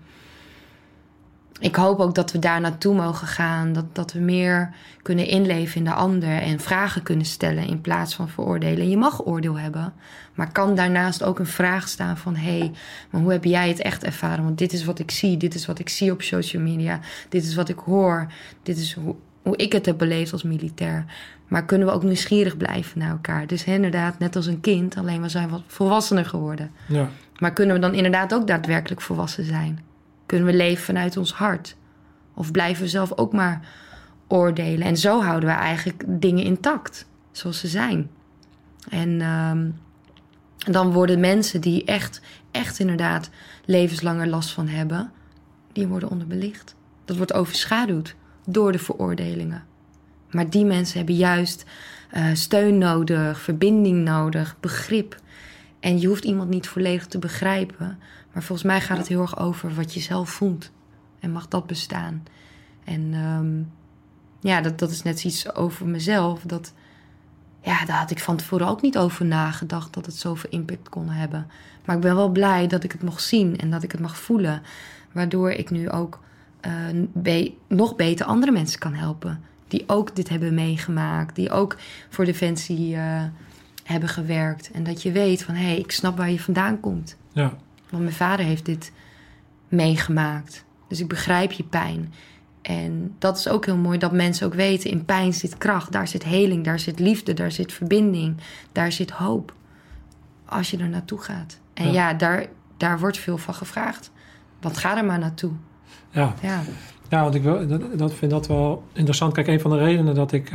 ik hoop ook dat we daar naartoe mogen gaan. Dat we meer kunnen inleven in de ander en vragen kunnen stellen in plaats van veroordelen. En je mag oordeel hebben, maar kan daarnaast ook een vraag staan van maar hoe heb jij het echt ervaren? Want dit is wat ik zie, dit is wat ik zie op social media, dit is wat ik hoor, dit is hoe ik het heb beleefd als militair. Maar kunnen we ook nieuwsgierig blijven naar elkaar? Dus inderdaad, net als een kind, alleen we zijn wat volwassener geworden. Ja. Maar kunnen we dan inderdaad ook daadwerkelijk volwassen zijn? Kunnen we leven vanuit ons hart? Of blijven we zelf ook maar oordelen? En zo houden we eigenlijk dingen intact, zoals ze zijn. En dan worden mensen die echt inderdaad levenslanger last van hebben, die worden onderbelicht. Dat wordt overschaduwd door de veroordelingen. Maar die mensen hebben juist steun nodig, verbinding nodig, begrip. En je hoeft iemand niet volledig te begrijpen. Maar volgens mij gaat het heel erg over wat je zelf voelt. En mag dat bestaan. En dat is net iets over mezelf. Daar had ik van tevoren ook niet over nagedacht dat het zoveel impact kon hebben. Maar ik ben wel blij dat ik het mocht zien en dat ik het mag voelen. Waardoor ik nu ook nog beter andere mensen kan helpen. Die ook dit hebben meegemaakt. Die ook voor Defensie hebben gewerkt. En dat je weet van, ik snap waar je vandaan komt. Ja. Want mijn vader heeft dit meegemaakt. Dus ik begrijp je pijn. En dat is ook heel mooi dat mensen ook weten, in pijn zit kracht. Daar zit heling, daar zit liefde, daar zit verbinding. Daar zit hoop. Als je er naartoe gaat. En daar wordt veel van gevraagd. Want ga er maar naartoe. Ja, want ik vind dat wel interessant. Kijk, een van de redenen dat ik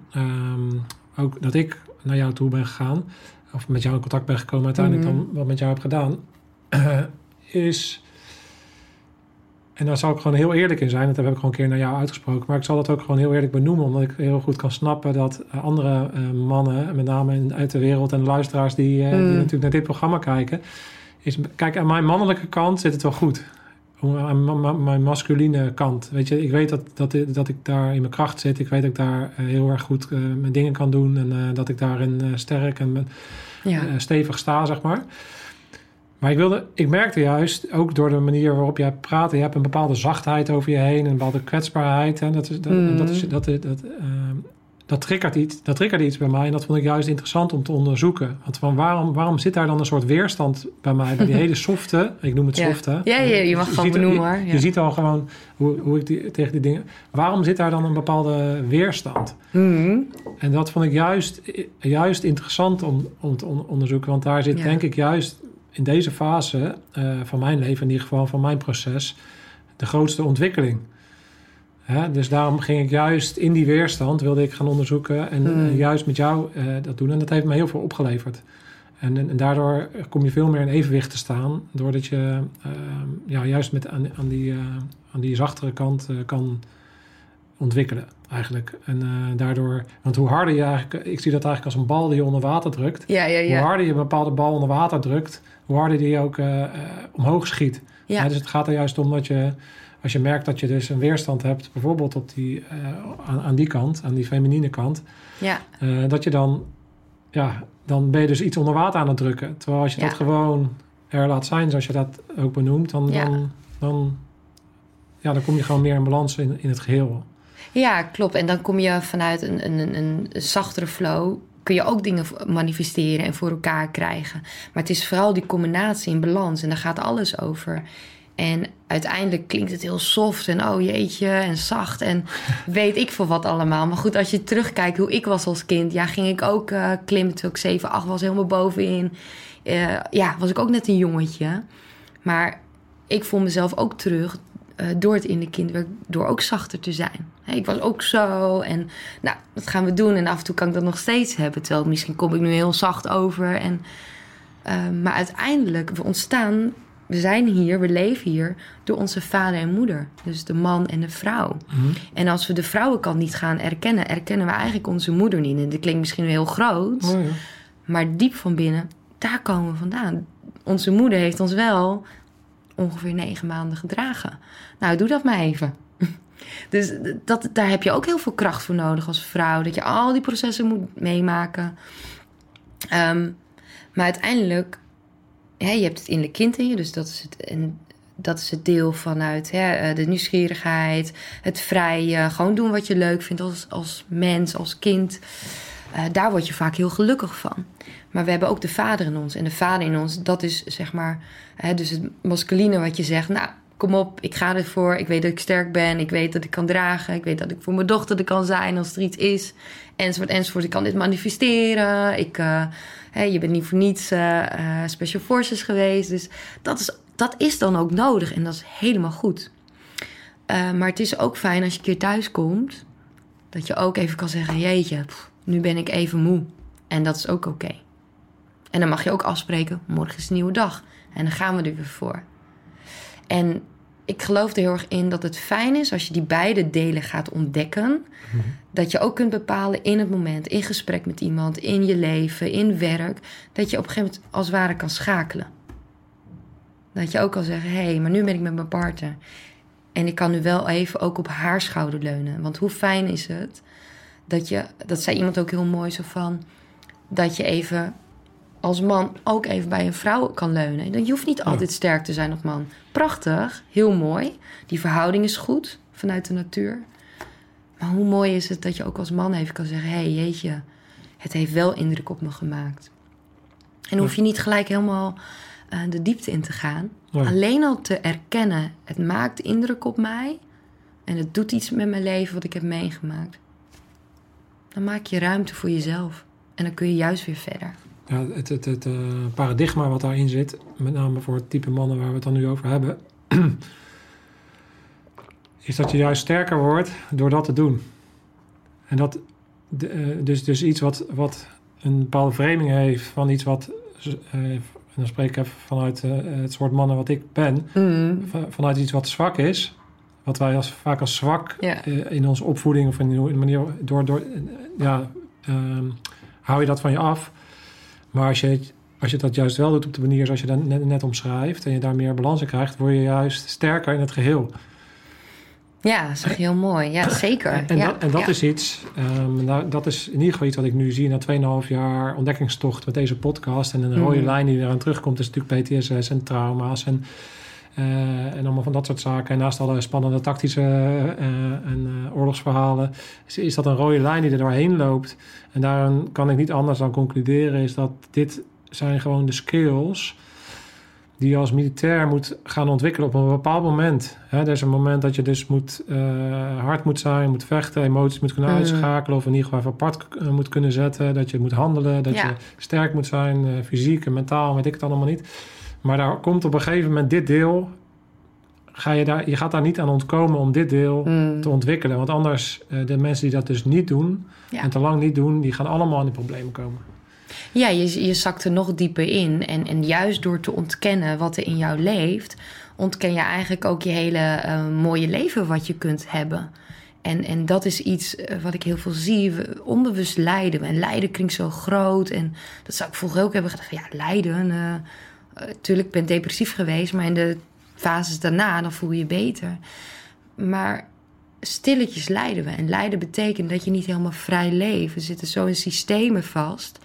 naar jou toe ben gegaan, of met jou in contact ben gekomen, uiteindelijk dan wat met jou heb gedaan, is, en daar zal ik gewoon heel eerlijk in zijn, dat heb ik gewoon een keer naar jou uitgesproken, maar ik zal dat ook gewoon heel eerlijk benoemen, omdat ik heel goed kan snappen dat andere mannen, met name uit de wereld en de luisteraars die natuurlijk naar dit programma kijken, kijk, aan mijn mannelijke kant zit het wel goed. Aan mijn masculine kant. Weet je, ik weet dat ik daar in mijn kracht zit. Ik weet dat ik daar heel erg goed mijn dingen kan doen. En dat ik daarin sterk en stevig sta, zeg maar. Maar ik merkte juist, ook door de manier waarop jij praat, je hebt een bepaalde zachtheid over je heen, een bepaalde kwetsbaarheid. En dat triggerde iets bij mij. En dat vond ik juist interessant om te onderzoeken. Want van waarom zit daar dan een soort weerstand bij mij? Bij die hele softe, ik noem het softe. Ja, je mag het gewoon benoemen hoor. Je ziet al gewoon hoe ik tegen die dingen... Waarom zit daar dan een bepaalde weerstand? Mm-hmm. En dat vond ik juist interessant om te onderzoeken. Want daar zit denk ik juist in deze fase van mijn leven, in ieder geval van mijn proces, de grootste ontwikkeling. Dus daarom ging ik juist in die weerstand, wilde ik gaan onderzoeken en juist met jou dat doen. En dat heeft me heel veel opgeleverd. En daardoor kom je veel meer in evenwicht te staan, doordat je juist aan die zachtere kant kan ontwikkelen eigenlijk. En daardoor, want hoe harder je eigenlijk, ik zie dat eigenlijk als een bal die je onder water drukt. Hoe harder je een bepaalde bal onder water drukt, hoe harder die ook omhoog schiet. Ja. Dus het gaat er juist om dat je, als je merkt dat je dus een weerstand hebt, bijvoorbeeld op aan die kant, aan die feminine kant, dat je dan ben je dus iets onder water aan het drukken. Terwijl als je dat gewoon er laat zijn, zoals je dat ook benoemt, dan kom je gewoon meer in balans in het geheel. Ja, klopt. En dan kom je vanuit een zachtere flow, kun je ook dingen manifesteren en voor elkaar krijgen. Maar het is vooral die combinatie in balans en daar gaat alles over. En uiteindelijk klinkt het heel soft en oh jeetje en zacht en weet ik veel wat allemaal. Maar goed, als je terugkijkt hoe ik was als kind, ging ik ook klimmen toen ik 7, 8 was, helemaal bovenin. Was ik ook net een jongetje. Maar ik voel mezelf ook terug door het in de kinderwerk, door ook zachter te zijn. Ik was ook zo en dat gaan we doen. En af en toe kan ik dat nog steeds hebben. Terwijl misschien kom ik nu heel zacht over. Maar uiteindelijk, we zijn hier, we leven hier door onze vader en moeder. Dus de man en de vrouw. Mm-hmm. En als we de vrouwenkant niet gaan erkennen we eigenlijk onze moeder niet. En dat klinkt misschien heel groot. Oh ja. Maar diep van binnen, daar komen we vandaan. Onze moeder heeft ons wel ongeveer 9 maanden gedragen. Nou, doe dat maar even. Dus daar heb je ook heel veel kracht voor nodig als vrouw. Dat je al die processen moet meemaken. Maar uiteindelijk, je hebt het innerlijk kind in je. Dus dat is het deel vanuit de nieuwsgierigheid, het vrije. Gewoon doen wat je leuk vindt als mens, als kind. Daar word je vaak heel gelukkig van. Maar we hebben ook de vader in ons. En de vader in ons, dat is zeg maar dus het masculine wat je zegt. Nou, kom op, ik ga ervoor. Ik weet dat ik sterk ben. Ik weet dat ik kan dragen. Ik weet dat ik voor mijn dochter er kan zijn als er iets is. Enzovoort, enzovoort. Ik kan dit manifesteren. Je bent niet voor niets Special Forces geweest. Dus dat is dan ook nodig. En dat is helemaal goed. Maar het is ook fijn als je een keer thuis komt, dat je ook even kan zeggen, jeetje, nu ben ik even moe. En dat is ook oké. En dan mag je ook afspreken, morgen is een nieuwe dag. En dan gaan we er weer voor. En ik geloof er heel erg in dat het fijn is als je die beide delen gaat ontdekken. Dat je ook kunt bepalen in het moment, in gesprek met iemand, in je leven, in werk, dat je op een gegeven moment als het ware kan schakelen. Dat je ook kan zeggen, hé, maar nu ben ik met mijn partner. En ik kan nu wel even ook op haar schouder leunen. Want hoe fijn is het dat zei iemand ook heel mooi zo van, dat je even als man ook even bij een vrouw kan leunen. Je hoeft niet altijd sterk te zijn als man. Prachtig, heel mooi. Die verhouding is goed vanuit de natuur. Maar hoe mooi is het dat je ook als man even kan zeggen, hé, jeetje, het heeft wel indruk op me gemaakt. En dan hoef je niet gelijk helemaal de diepte in te gaan. Ja. Alleen al te erkennen, het maakt indruk op mij en het doet iets met mijn leven wat ik heb meegemaakt. Dan maak je ruimte voor jezelf en dan kun je juist weer verder. Ja, het paradigma wat daarin zit, met name voor het type mannen waar we het dan nu over hebben, is dat je juist sterker wordt door dat te doen. En dat dus iets wat een bepaalde framing heeft van iets wat, en dan spreek ik even vanuit het soort mannen wat ik ben, vanuit iets wat zwak is, wat wij vaak als zwak in onze opvoeding of in de manier hou je dat van je af. Maar als je dat juist wel doet op de manier zoals je dat net omschrijft en je daar meer balans in krijgt, word je juist sterker in het geheel. Ja, dat is echt heel mooi. Ja, zeker. En dat is iets, dat is in ieder geval iets wat ik nu zie na 2,5 jaar ontdekkingstocht met deze podcast. En een rode lijn die eraan terugkomt is natuurlijk PTSS en trauma's en allemaal van dat soort zaken. En naast alle spannende tactische en oorlogsverhalen is dat een rode lijn die er doorheen loopt. En daarom kan ik niet anders dan concluderen is dat dit zijn gewoon de skills die je als militair moet gaan ontwikkelen op een bepaald moment. Er is een moment dat je dus hard moet zijn, moet vechten, emoties moet kunnen uitschakelen of in ieder geval even apart moet kunnen zetten. Dat je moet handelen, dat je sterk moet zijn, fysiek en mentaal, weet ik het allemaal niet. Maar daar komt op een gegeven moment dit deel, je gaat daar niet aan ontkomen om dit deel te ontwikkelen. Want anders, de mensen die dat dus niet doen en te lang niet doen, die gaan allemaal in de problemen komen. Ja, je zakt er nog dieper in. En juist door te ontkennen wat er in jou leeft, ontken je eigenlijk ook je hele mooie leven wat je kunt hebben. En dat is iets wat ik heel veel zie. Onbewust lijden. En lijden klinkt zo groot. En dat zou ik vroeger ook hebben gedacht. Ja, lijden. Tuurlijk, ik ben depressief geweest. Maar in de fases daarna, dan voel je je beter. Maar stilletjes lijden we. En lijden betekent dat je niet helemaal vrij leeft. We zitten zo in systemen vast.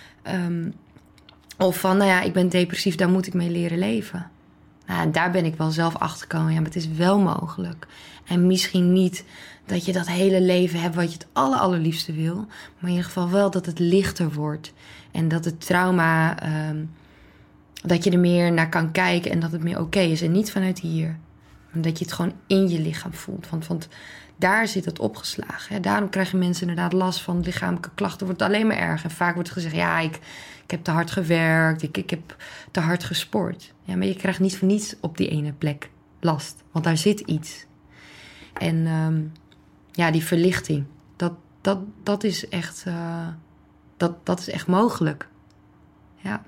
Of van, ik ben depressief, daar moet ik mee leren leven. En daar ben ik wel zelf achter gekomen. Ja, maar het is wel mogelijk. En misschien niet dat je dat hele leven hebt wat je het allerliefste wil. Maar in ieder geval wel dat het lichter wordt. En dat het trauma, dat je er meer naar kan kijken en dat het meer oké is. En niet vanuit hier. Dat je het gewoon in je lichaam voelt. Want daar zit het opgeslagen. Hè. Daarom krijgen mensen inderdaad last van lichamelijke klachten. Wordt het alleen maar erg. En vaak wordt gezegd, ik heb te hard gewerkt. Ik heb te hard gesport. Ja, maar je krijgt niet voor niets op die ene plek last. Want daar zit iets. En die verlichting. Dat is echt... dat is echt mogelijk. Ja.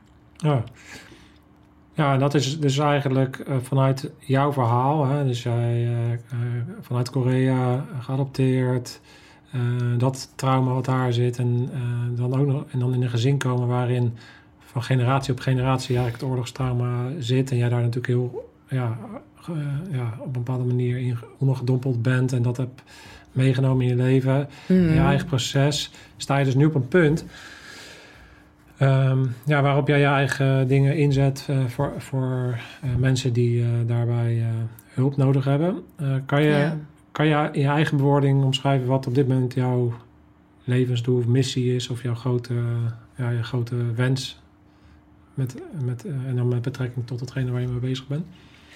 Ja, dat is dus eigenlijk vanuit jouw verhaal. Hè? Dus jij vanuit Korea geadopteerd. Dat trauma wat daar zit. En dan ook nog en dan in een gezin komen waarin van generatie op generatie eigenlijk het oorlogstrauma zit. En jij daar natuurlijk heel op een bepaalde manier in ondergedompeld bent. En dat hebt meegenomen in je leven. In je eigen proces. Sta je dus nu op een punt waarop jij je eigen dingen inzet voor mensen die daarbij hulp nodig hebben. Kan je in je eigen bewoording omschrijven wat op dit moment jouw levensdoel of missie is of jouw je grote wens en dan met betrekking tot hetgene waar je mee bezig bent?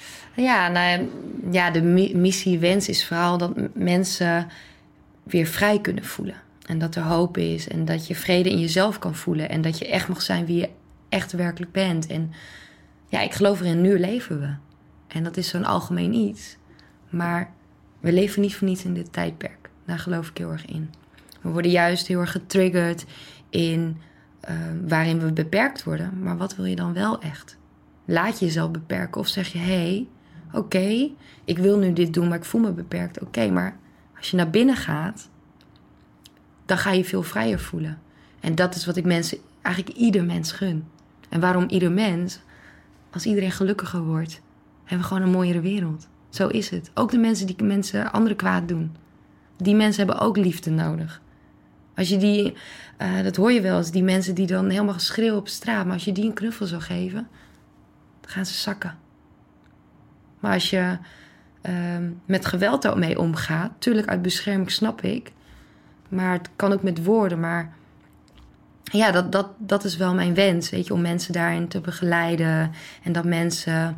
De missiewens is vooral dat mensen weer vrij kunnen voelen. En dat er hoop is en dat je vrede in jezelf kan voelen. En dat je echt mag zijn wie je echt werkelijk bent. En ik geloof erin, nu leven we. En dat is zo'n algemeen iets. Maar we leven niet voor niets in dit tijdperk. Daar geloof ik heel erg in. We worden juist heel erg getriggerd in waarin we beperkt worden. Maar wat wil je dan wel echt? Laat je jezelf beperken of zeg je, Oké, ik wil nu dit doen, maar ik voel me beperkt. Oké, maar als je naar binnen gaat, dan ga je veel vrijer voelen. En dat is wat ik eigenlijk ieder mens gun. En waarom ieder mens? Als iedereen gelukkiger wordt, hebben we gewoon een mooiere wereld. Zo is het. Ook de mensen die anderen kwaad doen. Die mensen hebben ook liefde nodig. Als je dat hoor je wel eens, die mensen die dan helemaal schreeuwen op straat. Maar als je die een knuffel zou geven, dan gaan ze zakken. Maar als je met geweld daarmee omgaat, tuurlijk uit bescherming snap ik. Maar het kan ook met woorden. Maar ja, dat is wel mijn wens, weet je, om mensen daarin te begeleiden. En dat mensen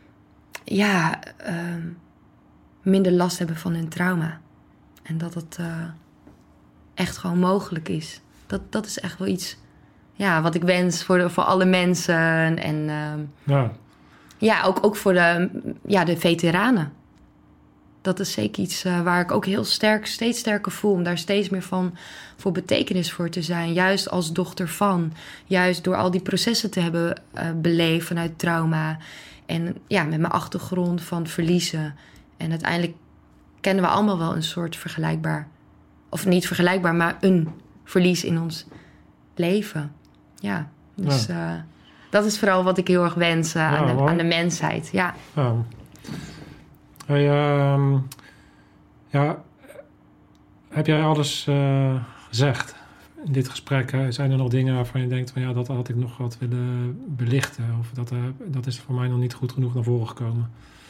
minder last hebben van hun trauma. En dat het echt gewoon mogelijk is. Dat is echt wel iets wat ik wens voor alle mensen. En ook voor de veteranen. Dat is zeker iets waar ik ook steeds sterker voel. Om daar steeds meer voor betekenis voor te zijn. Juist als dochter van. Juist door al die processen te hebben beleefd vanuit trauma. En met mijn achtergrond van verliezen. En uiteindelijk kennen we allemaal wel een soort vergelijkbaar. Of niet vergelijkbaar, maar een verlies in ons leven. Ja, dus dat is vooral wat ik heel erg wens aan de mensheid. Ja. Hey, heb jij alles gezegd in dit gesprek? Zijn er nog dingen waarvan je denkt van dat had ik nog wat willen belichten? Of dat is voor mij nog niet goed genoeg naar voren gekomen?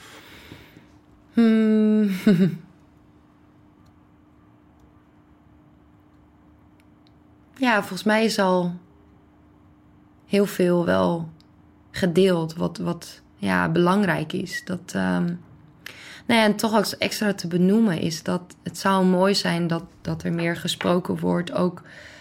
Ja, volgens mij is al heel veel wel gedeeld wat belangrijk is. Dat, en toch ook extra te benoemen is dat het zou mooi zijn dat er meer gesproken wordt. Ook,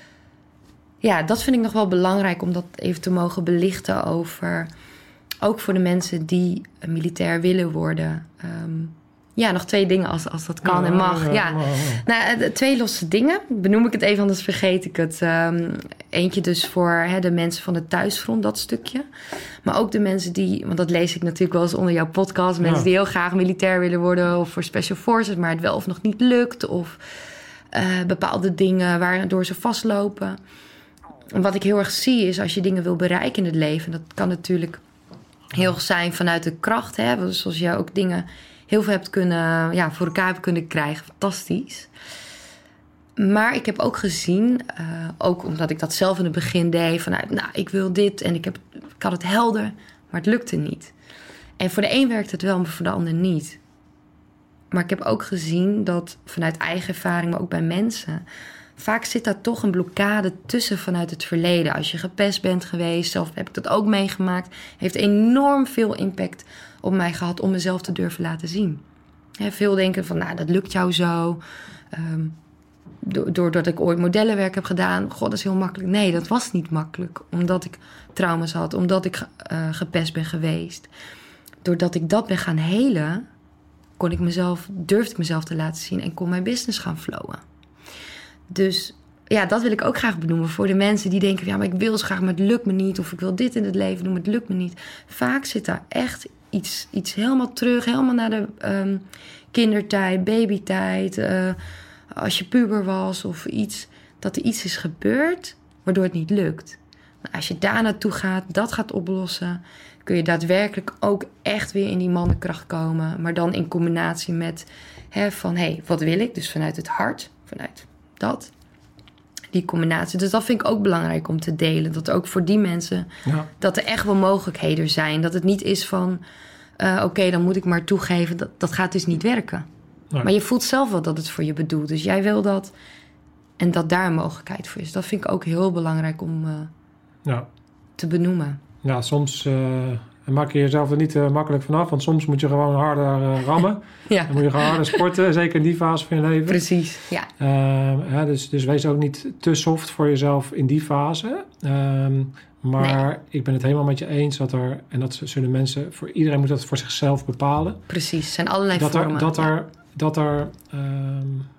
dat vind ik nog wel belangrijk om dat even te mogen belichten over. Ook voor de mensen die militair willen worden. Nog 2 dingen als dat kan en mag. Nou, 2 losse dingen. Benoem ik het even, anders vergeet ik het. Eentje dus voor de mensen van het thuisfront, dat stukje. Maar ook de mensen die, want dat lees ik natuurlijk wel eens onder jouw podcast. Mensen die heel graag militair willen worden of voor Special Forces, maar het wel of nog niet lukt. Of bepaalde dingen waardoor ze vastlopen. En wat ik heel erg zie is als je dingen wil bereiken in het leven. Dat kan natuurlijk heel erg zijn vanuit de kracht. Zoals jij ook dingen heel veel hebt voor elkaar hebt kunnen krijgen. Fantastisch. Maar ik heb ook gezien, ook omdat ik dat zelf in het begin deed, vanuit, ik wil dit en ik had het helder, maar het lukte niet. En voor de een werkt het wel, maar voor de ander niet. Maar ik heb ook gezien dat vanuit eigen ervaring, maar ook bij mensen, vaak zit daar toch een blokkade tussen vanuit het verleden. Als je gepest bent geweest, zelf heb ik dat ook meegemaakt, heeft enorm veel impact op mij gehad om mezelf te durven laten zien. Veel denken van, dat lukt jou zo. Doordat ik ooit modellenwerk heb gedaan. God, dat is heel makkelijk. Nee, dat was niet makkelijk. Omdat ik trauma's had. Omdat ik gepest ben geweest. Doordat ik dat ben gaan helen, durfde ik mezelf te laten zien en kon mijn business gaan flowen. Dus dat wil ik ook graag benoemen voor de mensen die denken, maar ik wil zo graag, maar het lukt me niet. Of ik wil dit in het leven doen, maar het lukt me niet. Vaak zit daar echt iets helemaal terug, helemaal naar de kindertijd, babytijd, als je puber was of iets, dat er iets is gebeurd waardoor het niet lukt. Nou, als je daar naartoe gaat, dat gaat oplossen, kun je daadwerkelijk ook echt weer in die mannenkracht komen. Maar dan in combinatie met wat wil ik? Dus vanuit het hart, vanuit dat. Die combinatie. Dus dat vind ik ook belangrijk om te delen. Dat ook voor die mensen, dat er echt wel mogelijkheden zijn. Dat het niet is van, oké, dan moet ik maar toegeven. Dat gaat dus niet werken. Nee. Maar je voelt zelf wel dat het voor je bedoelt. Dus jij wil dat. En dat daar een mogelijkheid voor is. Dat vind ik ook heel belangrijk om te benoemen. Ja, soms maak je jezelf er niet makkelijk vanaf. Want soms moet je gewoon harder rammen. Dan moet je gewoon harder sporten. Zeker in die fase van je leven. Precies, ja. Dus wees ook niet te soft voor jezelf in die fase. Maar ik ben het helemaal met je eens dat er, en dat zullen mensen, voor iedereen moet dat voor zichzelf bepalen. Precies, zijn allerlei vormen. Dat er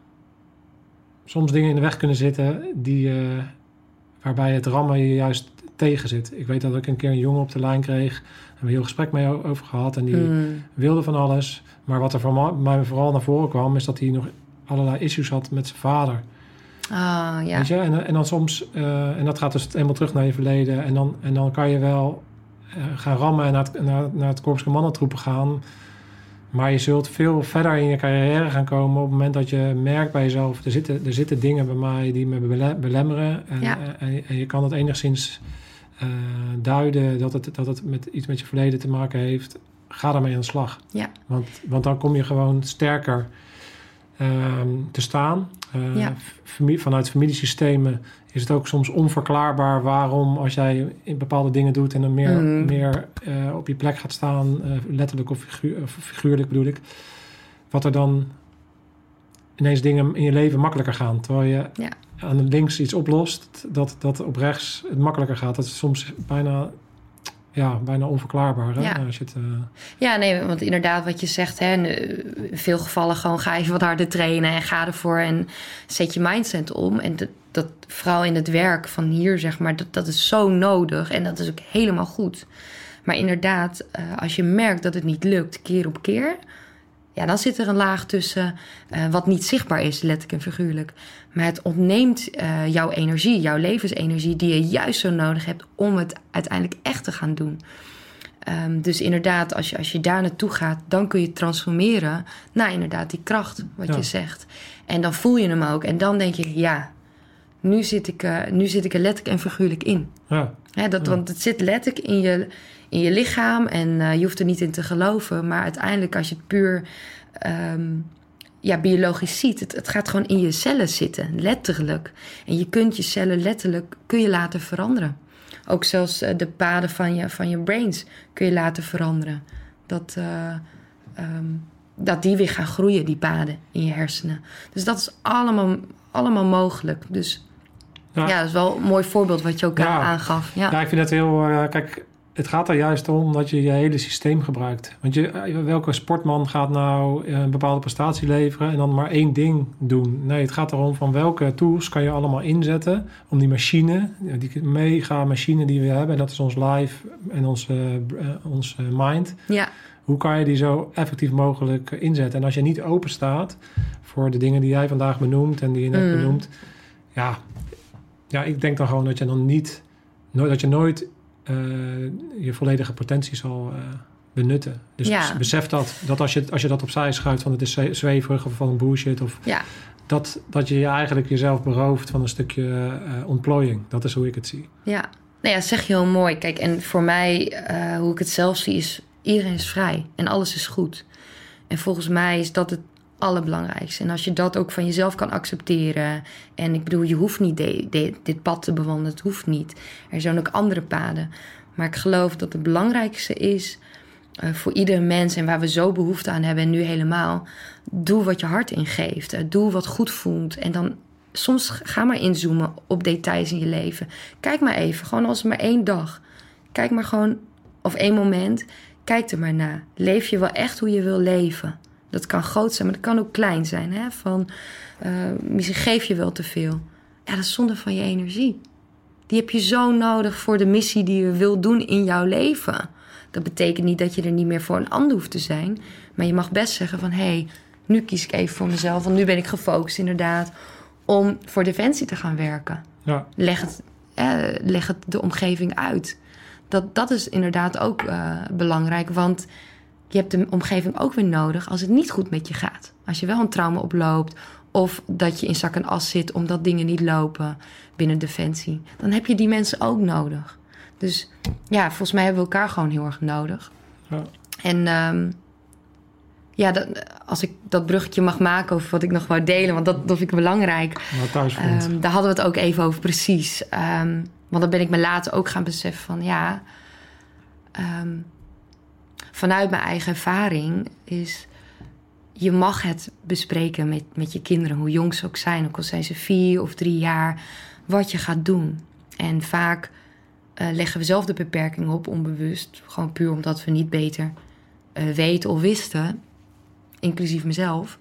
soms dingen in de weg kunnen zitten waarbij het rammen je juist tegen zit. Ik weet dat ik een keer een jongen op de lijn kreeg. Daar hebben we een heel gesprek mee over gehad. En die wilde van alles. Maar wat er van mij vooral naar voren kwam, is dat hij nog allerlei issues had met zijn vader. Ah, ja. Weet je? En dan soms, en dat gaat dus helemaal terug naar je verleden. En dan kan je wel gaan rammen en naar het Korps Commandotroepen gaan. Maar je zult veel verder in je carrière gaan komen op het moment dat je merkt bij jezelf, er zitten dingen bij mij die me belemmeren. En je kan het enigszins duiden dat het met iets met je verleden te maken heeft. Ga daarmee aan de slag. Ja. Want dan kom je gewoon sterker te staan. Vanuit familiesystemen is het ook soms onverklaarbaar waarom, als jij in bepaalde dingen doet en dan meer op je plek gaat staan, letterlijk of figuurlijk bedoel ik, wat er dan ineens dingen in je leven makkelijker gaan. Terwijl je aan links iets oplost, dat op rechts het makkelijker gaat. Dat is soms bijna onverklaarbaar. Hè? Ja. Als je het, Ja, nee, want inderdaad wat je zegt, hè, in veel gevallen gewoon ga even wat harder trainen en ga ervoor en zet je mindset om. En dat vooral in het werk van hier, zeg maar, dat is zo nodig en dat is ook helemaal goed. Maar inderdaad, als je merkt dat het niet lukt, keer op keer, ja, dan zit er een laag tussen wat niet zichtbaar is, letterlijk en figuurlijk. Maar het ontneemt jouw energie, jouw levensenergie, die je juist zo nodig hebt om het uiteindelijk echt te gaan doen. Dus inderdaad, als je daar naartoe gaat, dan kun je transformeren naar inderdaad die kracht, wat je zegt. En dan voel je hem ook. En dan denk je, ja, nu zit ik er letterlijk en figuurlijk in. Ja. Want het zit letterlijk in je lichaam en je hoeft er niet in te geloven. Maar uiteindelijk, als je het puur biologisch ziet, het gaat gewoon in je cellen zitten, letterlijk. En je kunt je cellen letterlijk laten veranderen. Ook zelfs de paden van je brains kun je laten veranderen. Dat die weer gaan groeien, die paden in je hersenen. Dus dat is allemaal mogelijk. Dus dat is wel een mooi voorbeeld wat je ook aangaf. Ja, ik vind het heel... kijk, het gaat er juist om dat je je hele systeem gebruikt. Want welke sportman gaat nou een bepaalde prestatie leveren en dan maar één ding doen? Nee, het gaat erom van welke tools kan je allemaal inzetten om die machine, die mega machine die we hebben, en dat is ons life en ons mind. Ja. Hoe kan je die zo effectief mogelijk inzetten? En als je niet open staat voor de dingen die jij vandaag benoemt en die je net benoemt, ik denk dan gewoon dat je dan nooit je volledige potentie zal benutten. Dus besef dat als je dat opzij schuift van het is zweverig of van een bullshit of dat je eigenlijk jezelf berooft van een stukje ontplooiing. Dat is hoe ik het zie. Ja, nou ja, zeg je heel mooi. Kijk, en voor mij, hoe ik het zelf zie, is iedereen is vrij en alles is goed. En volgens mij is dat het allerbelangrijkste. En als je dat ook van jezelf kan accepteren. En ik bedoel, je hoeft niet dit pad te bewandelen. Het hoeft niet. Er zijn ook andere paden. Maar ik geloof dat het belangrijkste is voor iedere mens en waar we zo behoefte aan hebben en nu helemaal. Doe wat je hart ingeeft. Doe wat goed voelt. En dan soms ga maar inzoomen op details in je leven. Kijk maar even. Gewoon als maar 1 dag. Kijk maar gewoon, of 1 moment. Kijk er maar naar. Leef je wel echt hoe je wil leven? Dat kan groot zijn, maar dat kan ook klein zijn. Hè? Misschien geef je wel te veel. Ja, dat is zonde van je energie. Die heb je zo nodig voor de missie die je wil doen in jouw leven. Dat betekent niet dat je er niet meer voor een ander hoeft te zijn. Maar je mag best zeggen van, hey, nu kies ik even voor mezelf. Want nu ben ik gefocust inderdaad om voor Defensie te gaan werken. Ja. Leg het de omgeving uit. Dat is inderdaad ook belangrijk, want je hebt de omgeving ook weer nodig als het niet goed met je gaat. Als je wel een trauma oploopt of dat je in zak en as zit omdat dingen niet lopen binnen Defensie. Dan heb je die mensen ook nodig. Dus ja, volgens mij hebben we elkaar gewoon heel erg nodig. Ja. En als ik dat bruggetje mag maken over wat ik nog wou delen, want dat vind ik belangrijk. Daar hadden we het ook even over, precies. Want dan ben ik me later ook gaan beseffen van vanuit mijn eigen ervaring is, je mag het bespreken met je kinderen, hoe jong ze ook zijn, ook al zijn ze 4 of 3 jaar, wat je gaat doen. En vaak leggen we zelf de beperking op, onbewust, gewoon puur omdat we niet beter weten of wisten, inclusief mezelf.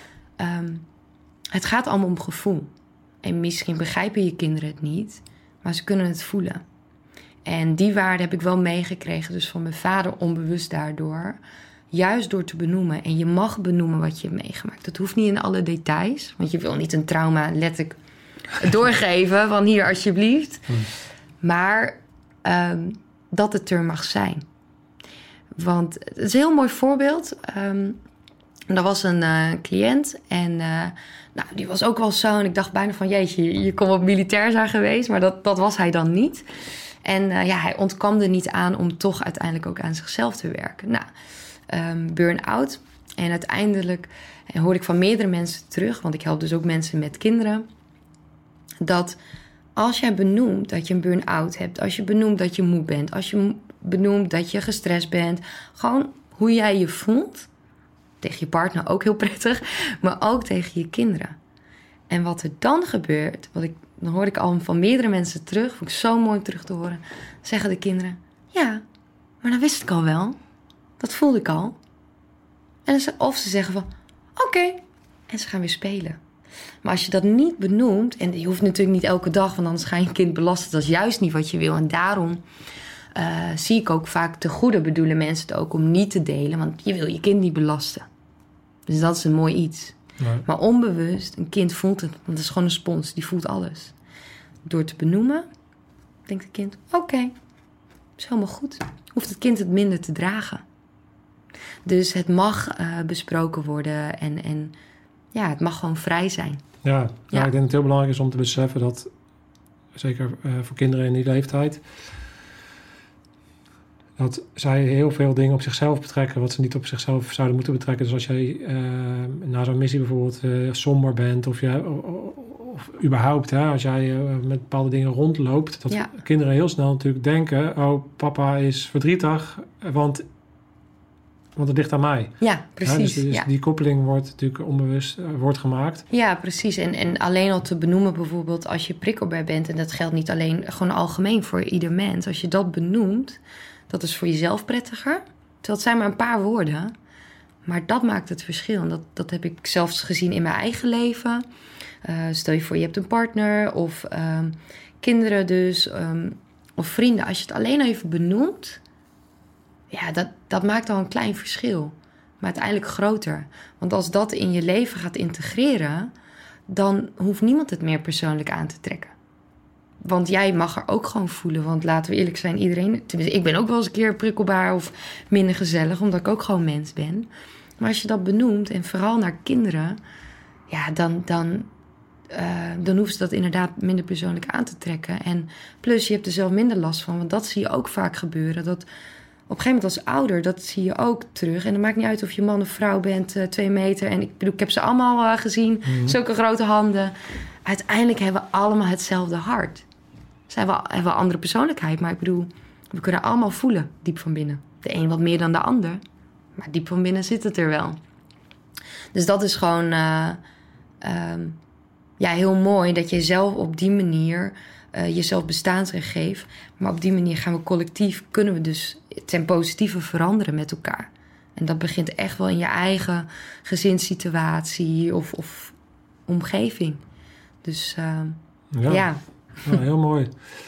Het gaat allemaal om gevoel. En misschien begrijpen je kinderen het niet, maar ze kunnen het voelen. En die waarde heb ik wel meegekregen, dus van mijn vader onbewust daardoor. Juist door te benoemen. En je mag benoemen wat je hebt meegemaakt. Dat hoeft niet in alle details. Want je wil niet een trauma letterlijk doorgeven van hier alsjeblieft. Maar dat het er mag zijn. Want het is een heel mooi voorbeeld. Er was een cliënt en die was ook wel zo. En ik dacht bijna van jeetje, je kon wat militair zijn geweest. Maar dat was hij dan niet. En hij ontkwam er niet aan om toch uiteindelijk ook aan zichzelf te werken. Burn-out. En uiteindelijk hoorde ik van meerdere mensen terug, want ik help dus ook mensen met kinderen, dat als jij benoemt dat je een burn-out hebt, als je benoemt dat je moe bent, als je benoemt dat je gestrest bent, gewoon hoe jij je voelt, tegen je partner ook heel prettig, maar ook tegen je kinderen. En wat er dan gebeurt, dan hoor ik al van meerdere mensen terug, vond ik zo mooi om terug te horen, zeggen de kinderen, ja, maar dat wist ik al wel. Dat voelde ik al. Of ze zeggen van, oké. En ze gaan weer spelen. Maar als je dat niet benoemt, en je hoeft natuurlijk niet elke dag, want anders ga je kind belasten. Dat is juist niet wat je wil. En daarom zie ik ook vaak te goede bedoelen mensen het ook om niet te delen. Want je wil je kind niet belasten. Dus dat is een mooi iets. Nee. Maar onbewust, een kind voelt het. Want het is gewoon een spons, die voelt alles. Door te benoemen, denkt het kind, oké, is helemaal goed. Hoeft het kind het minder te dragen. Dus het mag besproken worden en het mag gewoon vrij zijn. Ja, ik denk dat het heel belangrijk is om te beseffen dat, zeker voor kinderen in die leeftijd, dat zij heel veel dingen op zichzelf betrekken wat ze niet op zichzelf zouden moeten betrekken. Dus als jij na zo'n missie bijvoorbeeld somber bent of überhaupt, als jij met bepaalde dingen rondloopt, dat kinderen heel snel natuurlijk denken, oh, papa is verdrietig, want het ligt aan mij. Ja, precies. Dus die koppeling wordt natuurlijk onbewust wordt gemaakt. Ja, precies. En alleen al te benoemen bijvoorbeeld als je prikkelbaar bent, en dat geldt niet alleen, gewoon algemeen voor ieder mens. Als je dat benoemt, dat is voor jezelf prettiger. Terwijl het zijn maar een paar woorden. Maar dat maakt het verschil. En dat heb ik zelfs gezien in mijn eigen leven. Stel je voor, je hebt een partner of kinderen dus, of vrienden. Als je het alleen even benoemt, dat maakt al een klein verschil. Maar uiteindelijk groter. Want als dat in je leven gaat integreren, dan hoeft niemand het meer persoonlijk aan te trekken. Want jij mag er ook gewoon voelen. Want laten we eerlijk zijn, iedereen, tenminste, ik ben ook wel eens een keer prikkelbaar of minder gezellig, omdat ik ook gewoon mens ben. Maar als je dat benoemt, en vooral naar kinderen, dan hoeven ze dat inderdaad minder persoonlijk aan te trekken. En plus, je hebt er zelf minder last van. Want dat zie je ook vaak gebeuren. Dat op een gegeven moment als ouder, dat zie je ook terug. En het maakt niet uit of je man of vrouw bent, 2 meter. En ik heb ze allemaal gezien. Mm-hmm. Zulke grote handen. Uiteindelijk hebben we allemaal hetzelfde hart. Hebben we een andere persoonlijkheid. Maar ik bedoel, we kunnen allemaal voelen, diep van binnen. De een wat meer dan de ander. Maar diep van binnen zit het er wel. Dus dat is gewoon heel mooi dat je zelf op die manier jezelf bestaansrecht geeft. Maar op die manier kunnen we dus ten positieve veranderen met elkaar. En dat begint echt wel in je eigen gezinssituatie of omgeving. Dus ja, heel mooi.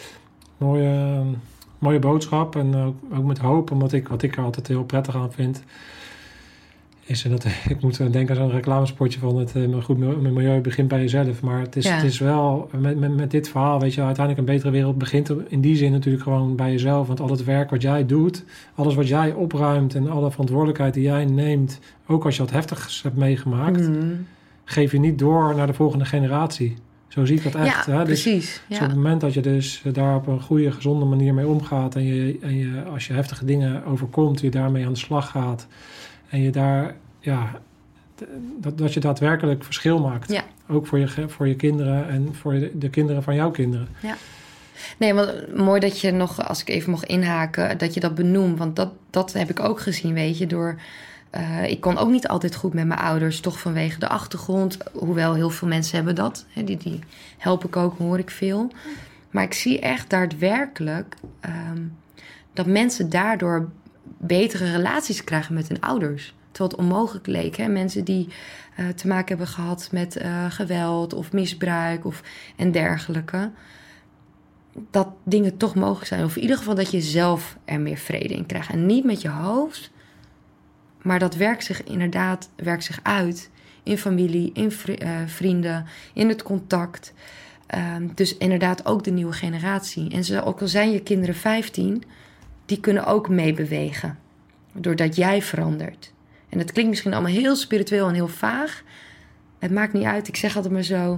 Mooie boodschap. En ook met hoop, omdat wat ik er altijd heel prettig aan vind, is dat ik moet denken aan zo'n reclamespotje van het goed milieu begint bij jezelf. Maar het is wel met dit verhaal, weet je, uiteindelijk een betere wereld begint in die zin natuurlijk gewoon bij jezelf. Want al het werk wat jij doet, alles wat jij opruimt en alle verantwoordelijkheid die jij neemt, ook als je wat heftigs hebt meegemaakt, geef je niet door naar de volgende generatie. Zo zie ik dat echt. Ja, hè? precies. Dus op het moment dat je dus daar op een goede, gezonde manier mee omgaat en je als je heftige dingen overkomt, je daarmee aan de slag gaat en je daar, dat je daadwerkelijk verschil maakt. Ja. Ook voor je kinderen en voor de kinderen van jouw kinderen. Ja. Nee, maar mooi dat je nog, als ik even mag inhaken, dat je dat benoemt. Want dat heb ik ook gezien, weet je, ik kon ook niet altijd goed met mijn ouders, toch vanwege de achtergrond. Hoewel heel veel mensen hebben dat. Hè, die help ik ook, hoor ik veel. Maar ik zie echt daadwerkelijk dat mensen daardoor betere relaties krijgen met hun ouders. Terwijl het onmogelijk leek. Hè? Mensen die te maken hebben gehad met geweld of misbruik en dergelijke. dat dingen toch mogelijk zijn. Of in ieder geval dat je zelf er meer vrede in krijgt. En niet met je hoofd, maar dat werkt zich uit in familie, in vrienden, in het contact. Dus inderdaad ook de nieuwe generatie. En ook al zijn je kinderen 15, die kunnen ook meebewegen. Doordat jij verandert. En dat klinkt misschien allemaal heel spiritueel en heel vaag. Het maakt niet uit, ik zeg altijd maar zo.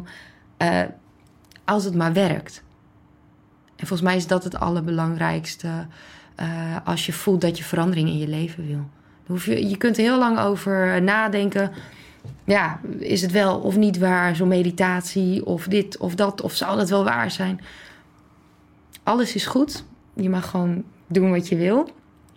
Als het maar werkt. En volgens mij is dat het allerbelangrijkste. Als je voelt dat je verandering in je leven wil. Je kunt er heel lang over nadenken. Ja, is het wel of niet waar, zo'n meditatie of dit of dat, of zal het wel waar zijn? Alles is goed. Je mag gewoon doen wat je wil.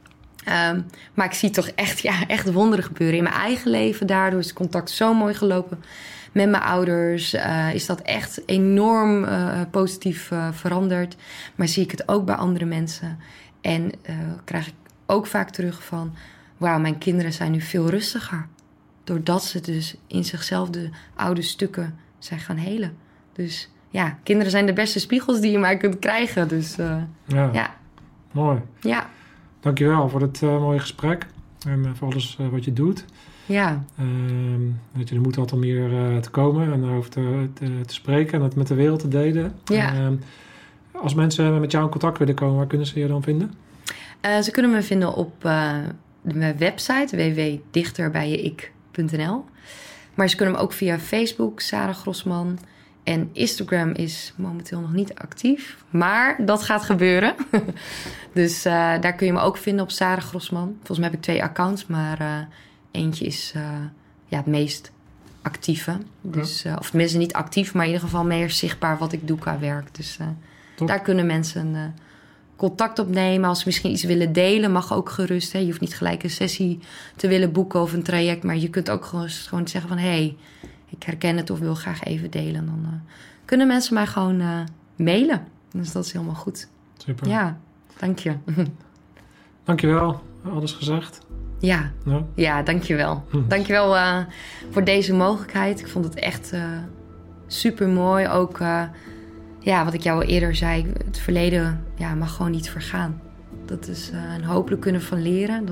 Maar ik zie toch echt wonderen gebeuren in mijn eigen leven. Daardoor is het contact zo mooi gelopen met mijn ouders. Is dat echt enorm positief veranderd. Maar zie ik het ook bij andere mensen. En krijg ik ook vaak terug van... wauw, mijn kinderen zijn nu veel rustiger. Doordat ze dus in zichzelf de oude stukken zijn gaan helen. Dus ja, kinderen zijn de beste spiegels die je maar kunt krijgen. Dus ja. Mooi. Ja. Dankjewel voor dit mooie gesprek. En voor alles wat je doet. Ja. Weet je, er moet altijd meer te komen en daarover te spreken en het met de wereld te delen. Ja. Als mensen met jou in contact willen komen, waar kunnen ze je dan vinden? Ze kunnen me vinden op mijn website www.dichterbijjeik.nl. Maar ze kunnen me ook via Facebook, Sarah Grossman. En Instagram is momenteel nog niet actief. Maar dat gaat gebeuren. Dus daar kun je me ook vinden op Sarah Grossman. Volgens mij heb ik 2 accounts, maar eentje is het meest actieve. Dus, of tenminste niet actief, maar in ieder geval meer zichtbaar wat ik doe qua werk. Dus daar kunnen mensen contact opnemen. Als ze misschien iets willen delen, mag ook gerust. Hè. Je hoeft niet gelijk een sessie te willen boeken of een traject. Maar je kunt ook gewoon zeggen van... hey, ik herken het of wil graag even delen. Dan kunnen mensen mij gewoon mailen. Dus dat is helemaal goed. Super. Ja, dank je. Dankjewel. Alles gezegd. Ja, dankjewel. Dankjewel voor deze mogelijkheid. Ik vond het echt super mooi. Ook wat ik jou al eerder zei. Het verleden mag gewoon niet vergaan. Dat is en hopelijk kunnen van leren.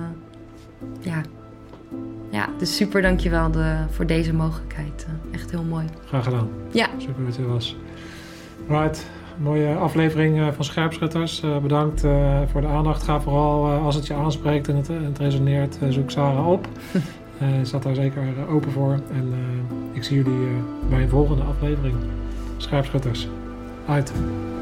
Dus super dankjewel voor deze mogelijkheid. Echt heel mooi. Graag gedaan. Ja. Super dat het was. Right. Mooie aflevering van Scherpschutters. Bedankt voor de aandacht. Ga vooral, als het je aanspreekt en het resoneert, zoek Sarah op. Zat daar zeker open voor. En ik zie jullie bij een volgende aflevering. Scherpschutters. Uit.